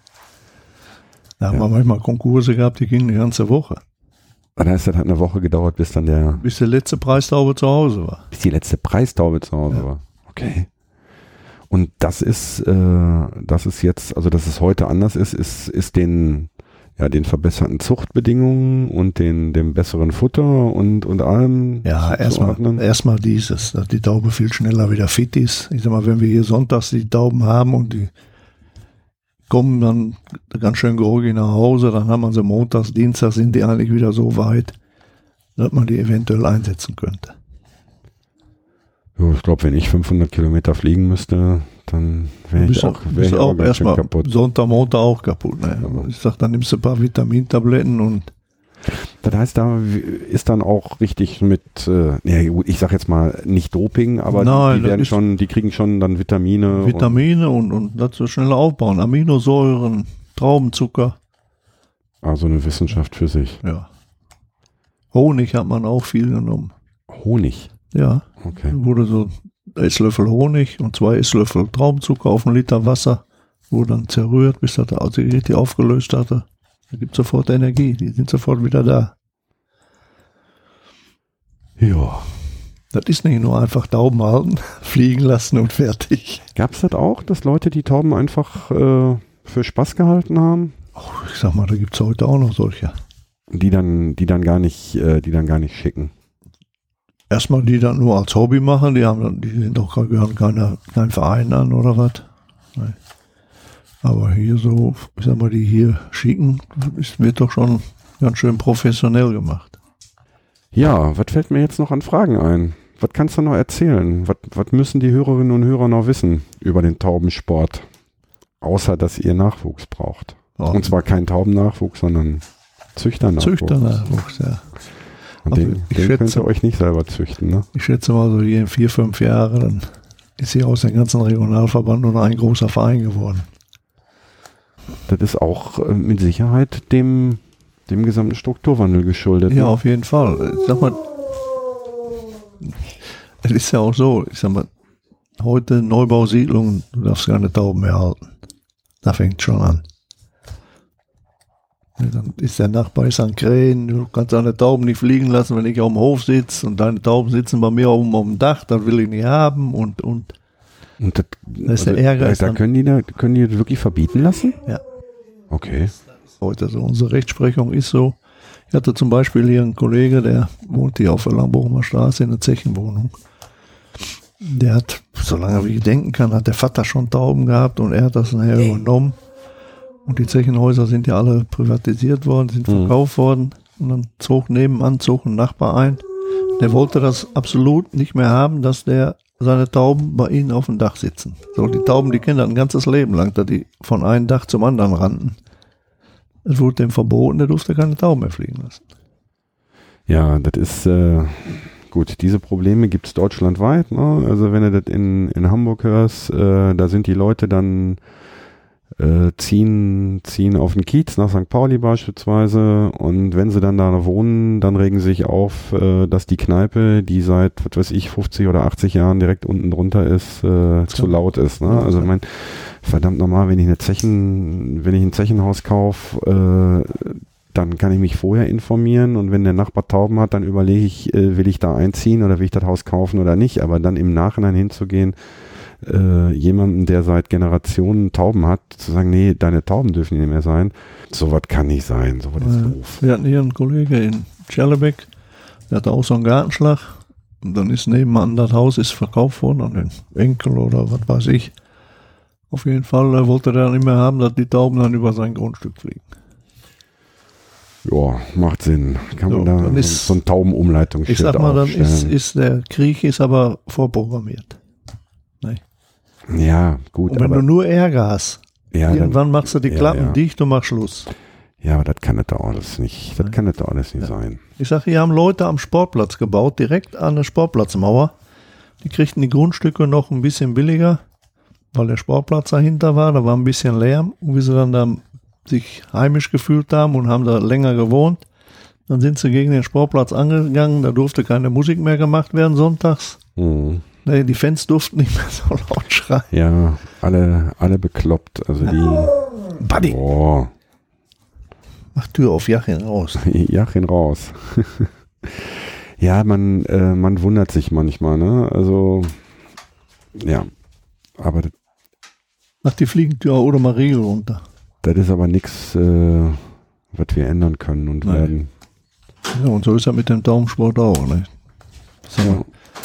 Da haben wir manchmal Konkurse gehabt, die gingen eine ganze Woche. Das heißt, das hat eine Woche gedauert, bis die letzte Preistaube zu Hause war. Bis die letzte Preistaube zu Hause war. Okay. Und das ist jetzt, also dass es heute anders ist den verbesserten Zuchtbedingungen und dem besseren Futter und allem. Ja, erstmal dieses, dass die Taube viel schneller wieder fit ist. Ich sag mal, wenn wir hier sonntags die Tauben haben und die kommen dann ganz schön geruhig nach Hause, dann haben wir sie montags, dienstags sind die eigentlich wieder so weit, dass man die eventuell einsetzen könnte. Ja, ich glaube, wenn ich 500 Kilometer fliegen müsste, dann wäre ich auch erstmal kaputt. Sonntag, Montag auch kaputt. Ne? Ich sag, dann nimmst du ein paar Vitamintabletten und das heißt, da ist dann auch richtig mit, ich sag jetzt mal nicht Doping, aber die kriegen schon dann Vitamine. Und das so schnell aufbauen. Aminosäuren, Traubenzucker. Also eine Wissenschaft für sich. Ja. Honig hat man auch viel genommen. Honig? Ja. Okay. Wurde so 1 Esslöffel Honig und 2 Esslöffel Traubenzucker auf 1 Liter Wasser. Wurde dann zerrührt, bis das die richtig aufgelöst hatte. Da gibt es sofort Energie, die sind sofort wieder da. Ja. Das ist nicht nur einfach Tauben halten, fliegen lassen und fertig. Gab es das auch, dass Leute die Tauben einfach für Spaß gehalten haben? Oh, ich sag mal, da gibt es heute auch noch solche. Die dann gar nicht schicken. Erstmal die dann nur als Hobby machen, gehören kein Verein an oder was. Nein. Aber hier so, ich sag mal, die hier schicken, wird doch schon ganz schön professionell gemacht. Ja, was fällt mir jetzt noch an Fragen ein? Was kannst du noch erzählen? Was müssen die Hörerinnen und Hörer noch wissen über den Taubensport? Außer, dass ihr Nachwuchs braucht. Ja. Und zwar kein Taubennachwuchs, sondern Züchternachwuchs. Züchternachwuchs, ja. Und den könnt ihr euch nicht selber züchten, ne? Ich schätze mal, so hier in 4-5 Jahren, dann ist hier aus dem ganzen Regionalverband nur noch ein großer Verein geworden. Das ist auch mit Sicherheit dem gesamten Strukturwandel geschuldet. Ja, ne? Auf jeden Fall. Ich sag mal, es ist ja auch so, ich sag mal, heute Neubausiedlungen, du darfst keine Tauben mehr halten. Da fängt es schon an. Dann ist der Nachbar an Krähen, du kannst deine Tauben nicht fliegen lassen, wenn ich auf dem Hof sitze und deine Tauben sitzen bei mir oben auf dem Dach, dann will ich nicht haben und das ist der Ärger. Da können die das wirklich verbieten lassen? Ja. Okay. Heute so. Unsere Rechtsprechung ist so. Ich hatte zum Beispiel hier einen Kollege, der wohnt hier auf der Langbochumer Straße in einer Zechenwohnung. Der hat, solange wie ich denken kann, hat der Vater schon Tauben gehabt und er hat das nachher übernommen. Und die Zechenhäuser sind ja alle privatisiert worden, sind verkauft worden. Und dann zog nebenan ein Nachbar ein. Der wollte das absolut nicht mehr haben, dass seine Tauben bei ihnen auf dem Dach sitzen. So, die Tauben, die kennen das ein ganzes Leben lang, dass die von einem Dach zum anderen rannten. Es wurde dem verboten, der durfte keine Tauben mehr fliegen lassen. Ja, das ist gut. Diese Probleme gibt es deutschlandweit. Ne? Also wenn du das in Hamburg hörst, da sind die Leute dann ziehen auf den Kiez nach St. Pauli beispielsweise, und wenn sie dann da wohnen, dann regen sie sich auf, dass die Kneipe, die seit, was weiß ich, 50 oder 80 Jahren direkt unten drunter ist, zu laut ist. Ne? Also mein, verdammt normal, wenn ich ein Zechenhaus kaufe, dann kann ich mich vorher informieren, und wenn der Nachbar Tauben hat, dann überlege ich, will ich da einziehen oder will ich das Haus kaufen oder nicht, aber dann im Nachhinein hinzugehen, jemanden, der seit Generationen Tauben hat, zu sagen, nee, deine Tauben dürfen nicht mehr sein, sowas kann nicht sein, sowas ist doof. Wir hatten hier einen Kollegen in Scherlebeck, der hatte auch so einen Gartenschlag, und dann ist nebenan das Haus ist verkauft worden an den Enkel oder was weiß ich. Auf jeden Fall wollte der nicht mehr haben, dass die Tauben dann über sein Grundstück fliegen. Ja, macht Sinn. Kann man da so ein Taubenumleitungsschild aufstellen. Ich sag mal, dann ist der Krieg ist aber vorprogrammiert. Nee. Ja, gut. Und wenn du nur Ärger hast, irgendwann machst du die Klappen dicht und machst Schluss. Ja, aber das kann das alles nicht. Das kann das alles nicht sein. Ich sage, hier haben Leute am Sportplatz gebaut, direkt an der Sportplatzmauer. Die kriegten die Grundstücke noch ein bisschen billiger, weil der Sportplatz dahinter war. Da war ein bisschen Lärm. Und wie sie dann da sich heimisch gefühlt haben und haben da länger gewohnt, dann sind sie gegen den Sportplatz angegangen. Da durfte keine Musik mehr gemacht werden sonntags. Mhm. Nee, die Fans durften nicht mehr so laut schreien. Ja, alle bekloppt. Also die... Buddy! Boah. Mach Tür auf, Jachin raus. Jachin raus. Ja, man wundert sich manchmal, ne? Also, ja. Aber mach die Fliegentür oder mal Riegel runter. Das ist aber nichts, was wir ändern können und werden. Ja, und so ist er mit dem Taubensport auch, ne? Ja.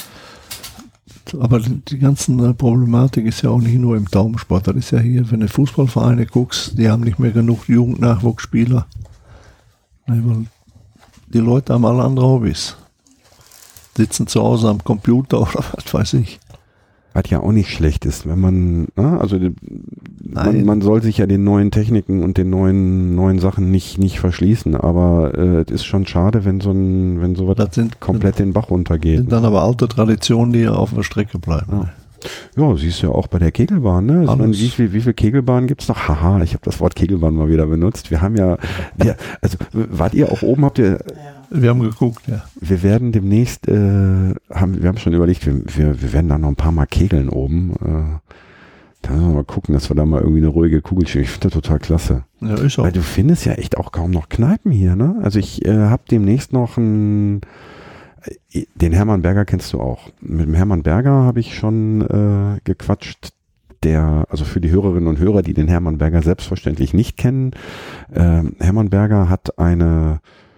Aber die ganze Problematik ist ja auch nicht nur im Taubensport. Das ist ja hier, wenn du Fußballvereine guckst, die haben nicht mehr genug Jugendnachwuchsspieler. Weil die Leute haben alle andere Hobbys. Sitzen zu Hause am Computer oder was weiß ich. Was ja auch nicht schlecht ist, wenn man, also man soll sich ja den neuen Techniken und den neuen Sachen nicht verschließen, aber es ist schon schade, wenn sowas komplett den Bach runtergeht. Sind dann aber alte Traditionen, die auf der Strecke bleiben. Ja, siehst du ja auch bei der Kegelbahn, ne? Also wie viel Kegelbahnen gibt's noch? Haha, ich habe das Wort Kegelbahn mal wieder benutzt. Wir haben also wart ihr auch oben, habt ihr... Wir haben geguckt, ja. Wir werden demnächst, wir haben schon überlegt, wir werden da noch ein paar Mal kegeln oben. Da müssen wir mal gucken, dass wir da mal irgendwie eine ruhige Kugel schieben. Ich finde das total klasse. Ja, ist auch. Weil du findest ja echt auch kaum noch Kneipen hier, ne? Also ich habe demnächst noch den Hermann Berger kennst du auch. Mit dem Hermann Berger habe ich schon gequatscht. Also für die Hörerinnen und Hörer, die den Hermann Berger selbstverständlich nicht kennen, Hermann Berger hat eine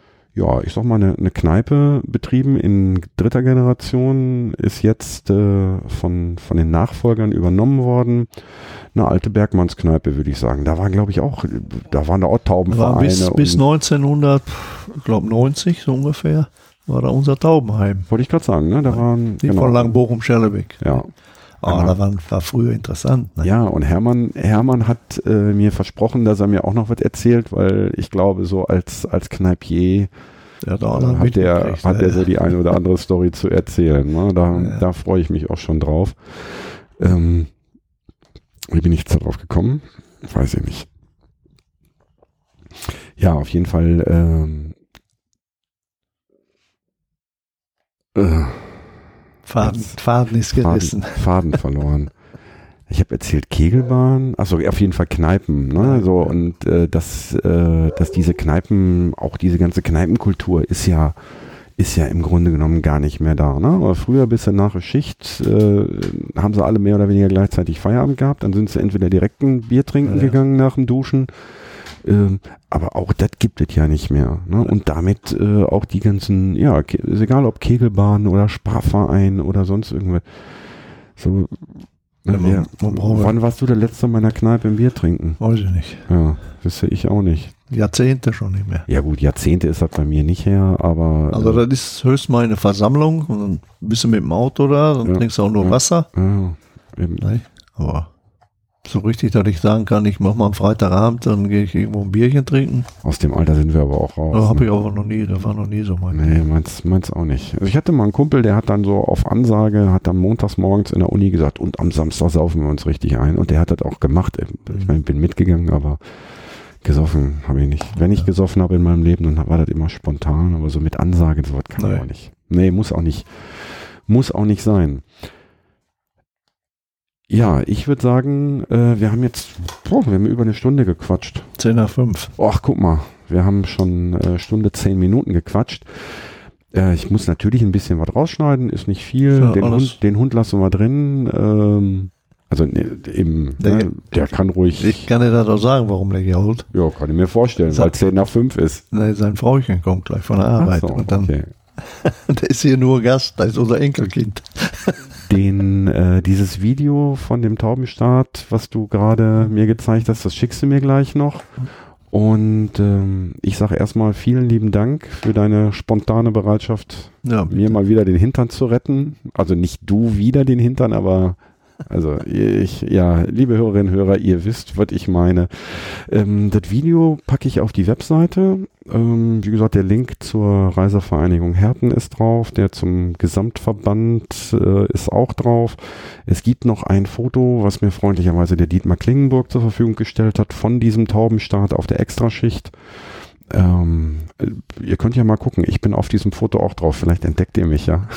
Kneipe betrieben in 3. Generation, ist jetzt von den Nachfolgern übernommen worden. Eine alte Bergmannskneipe, würde ich sagen. Da war, glaube ich, auch Taubenvereine. Bis 1990 so ungefähr war da unser Taubenheim. Wollte ich gerade sagen, ne? Da waren die von Langbochum-Scherlebeck. Ja. Da war früher interessant. Ne? Ja, und Hermann hat mir versprochen, dass er mir auch noch was erzählt, weil ich glaube, so als Kneipier hat er so die eine oder andere Story zu erzählen. Ne? Da freue ich mich auch schon drauf. Wie bin ich jetzt darauf gekommen? Weiß ich nicht. Ja, auf jeden Fall Faden ist gerissen. Faden verloren. Ich habe erzählt Kegelbahn, also auf jeden Fall Kneipen, ne? So, und dass diese Kneipen, auch diese ganze Kneipenkultur ist ja im Grunde genommen gar nicht mehr da, ne? Aber früher bis nach der Schicht haben sie alle mehr oder weniger gleichzeitig Feierabend gehabt, dann sind sie entweder direkt ein Bier trinken gegangen nach dem Duschen. Aber auch das gibt es ja nicht mehr. Ne? Und damit auch die ganzen, ist egal ob Kegelbahn oder Sparverein oder sonst irgendwas. So, wann warst du der Letzte in meiner Kneipe im Bier trinken? Weiß ich nicht. Ja, wüsste ich auch nicht. Jahrzehnte schon nicht mehr. Ja gut, Jahrzehnte ist das bei mir nicht her, aber... Also das ist höchstens mal eine Versammlung und dann bist du mit dem Auto da, dann trinkst du auch nur Wasser. Ja, eben. Nein, aber so richtig, dass ich sagen kann, ich mache mal am Freitagabend, dann gehe ich irgendwo ein Bierchen trinken. Aus dem Alter sind wir aber auch raus. Das habe ich aber noch nie, das war noch nie so mein. Nee, meins auch nicht. Also ich hatte mal einen Kumpel, der hat dann so auf Ansage, hat dann montags morgens in der Uni gesagt, und am Samstag saufen wir uns richtig ein. Und der hat das auch gemacht. Ich meine, bin mitgegangen, aber gesoffen habe ich nicht. Wenn ich gesoffen habe in meinem Leben, dann war das immer spontan, aber so mit Ansage, so was kann ich auch nicht. Nee, muss auch nicht sein. Ja, ich würde sagen, wir haben über eine Stunde gequatscht. 10 nach 5. Ach, guck mal, wir haben schon Stunde 10 Minuten gequatscht. Ich muss natürlich ein bisschen was rausschneiden, ist nicht viel. Ja, den Hund lassen wir drin. Der kann ruhig. Ich kann dir das auch sagen, warum der hier holt. Ja, kann ich mir vorstellen, weil 10 nach 5 ist. Nee, sein Frauchen kommt gleich von der Arbeit. Ach so, und dann, okay. der ist hier nur Gast, da ist unser Enkelkind. Dieses Video von dem Taubenstart, was du gerade mir gezeigt hast, das schickst du mir gleich noch. Und ich sage erstmal vielen lieben Dank für deine spontane Bereitschaft, mir mal wieder den Hintern zu retten. Also nicht du wieder den Hintern, aber liebe Hörerinnen und Hörer, ihr wisst, was ich meine. Das Video packe ich auf die Webseite. Wie gesagt, der Link zur Reiservereinigung Herten ist drauf, der zum Gesamtverband ist auch drauf. Es gibt noch ein Foto, was mir freundlicherweise der Dietmar Klingenburg zur Verfügung gestellt hat, von diesem Taubenstart auf der Extraschicht. Ihr könnt ja mal gucken, ich bin auf diesem Foto auch drauf, vielleicht entdeckt ihr mich ja.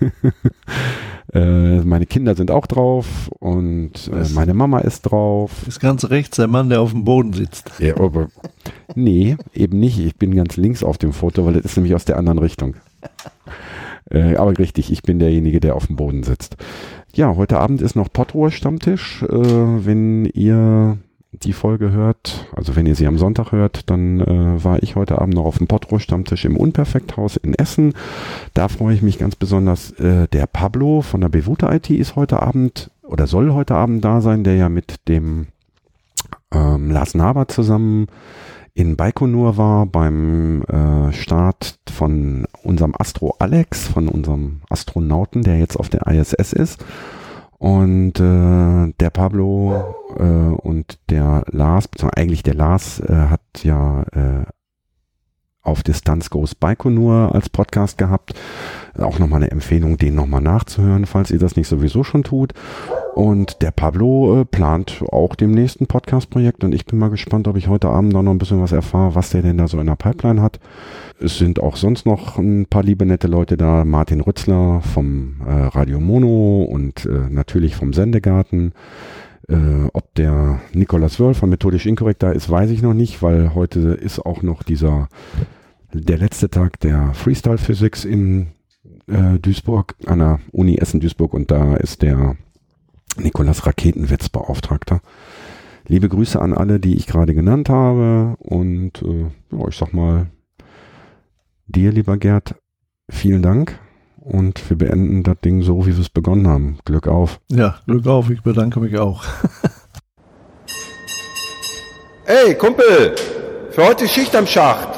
Meine Kinder sind auch drauf und meine Mama ist drauf. Ist ganz rechts der Mann, der auf dem Boden sitzt. Ja, aber nee, eben nicht. Ich bin ganz links auf dem Foto, weil das ist nämlich aus der anderen Richtung. Aber richtig, ich bin derjenige, der auf dem Boden sitzt. Ja, heute Abend ist noch Pottruhe-Stammtisch. Wenn ihr die Folge hört, also wenn ihr sie am Sonntag hört, dann war ich heute Abend noch auf dem Pottruhe-Stammtisch im Unperfekthaus in Essen. Da freue ich mich ganz besonders. Der Pablo von der Bewute IT ist heute Abend oder soll heute Abend da sein, der ja mit dem Lars Naber zusammen in Baikonur war beim Start von unserem Astro Alex, von unserem Astronauten, der jetzt auf der ISS ist. Und der Pablo und der Lars, beziehungsweise eigentlich der Lars hat ja auf Distanz Goes Baikonur als Podcast gehabt. Auch nochmal eine Empfehlung, den nochmal nachzuhören, falls ihr das nicht sowieso schon tut. Und der Pablo plant auch dem nächsten Podcast-Projekt und ich bin mal gespannt, ob ich heute Abend noch ein bisschen was erfahre, was der denn da so in der Pipeline hat. Es sind auch sonst noch ein paar liebe nette Leute da. Martin Rützler vom Radio Mono und natürlich vom Sendegarten. Ob der Nikolaus Wörl von Methodisch Inkorrekt da ist, weiß ich noch nicht, weil heute ist auch noch der letzte Tag der Freestyle Physics in Duisburg, an der Uni Essen-Duisburg, und da ist der Nikolaus Raketenwitz Beauftragter. Liebe Grüße an alle, die ich gerade genannt habe, und ich sag mal, dir, lieber Gerd, vielen Dank, und wir beenden das Ding so, wie wir es begonnen haben. Glück auf. Ja, Glück auf, ich bedanke mich auch. Ey, Kumpel, für heute Schicht am Schacht.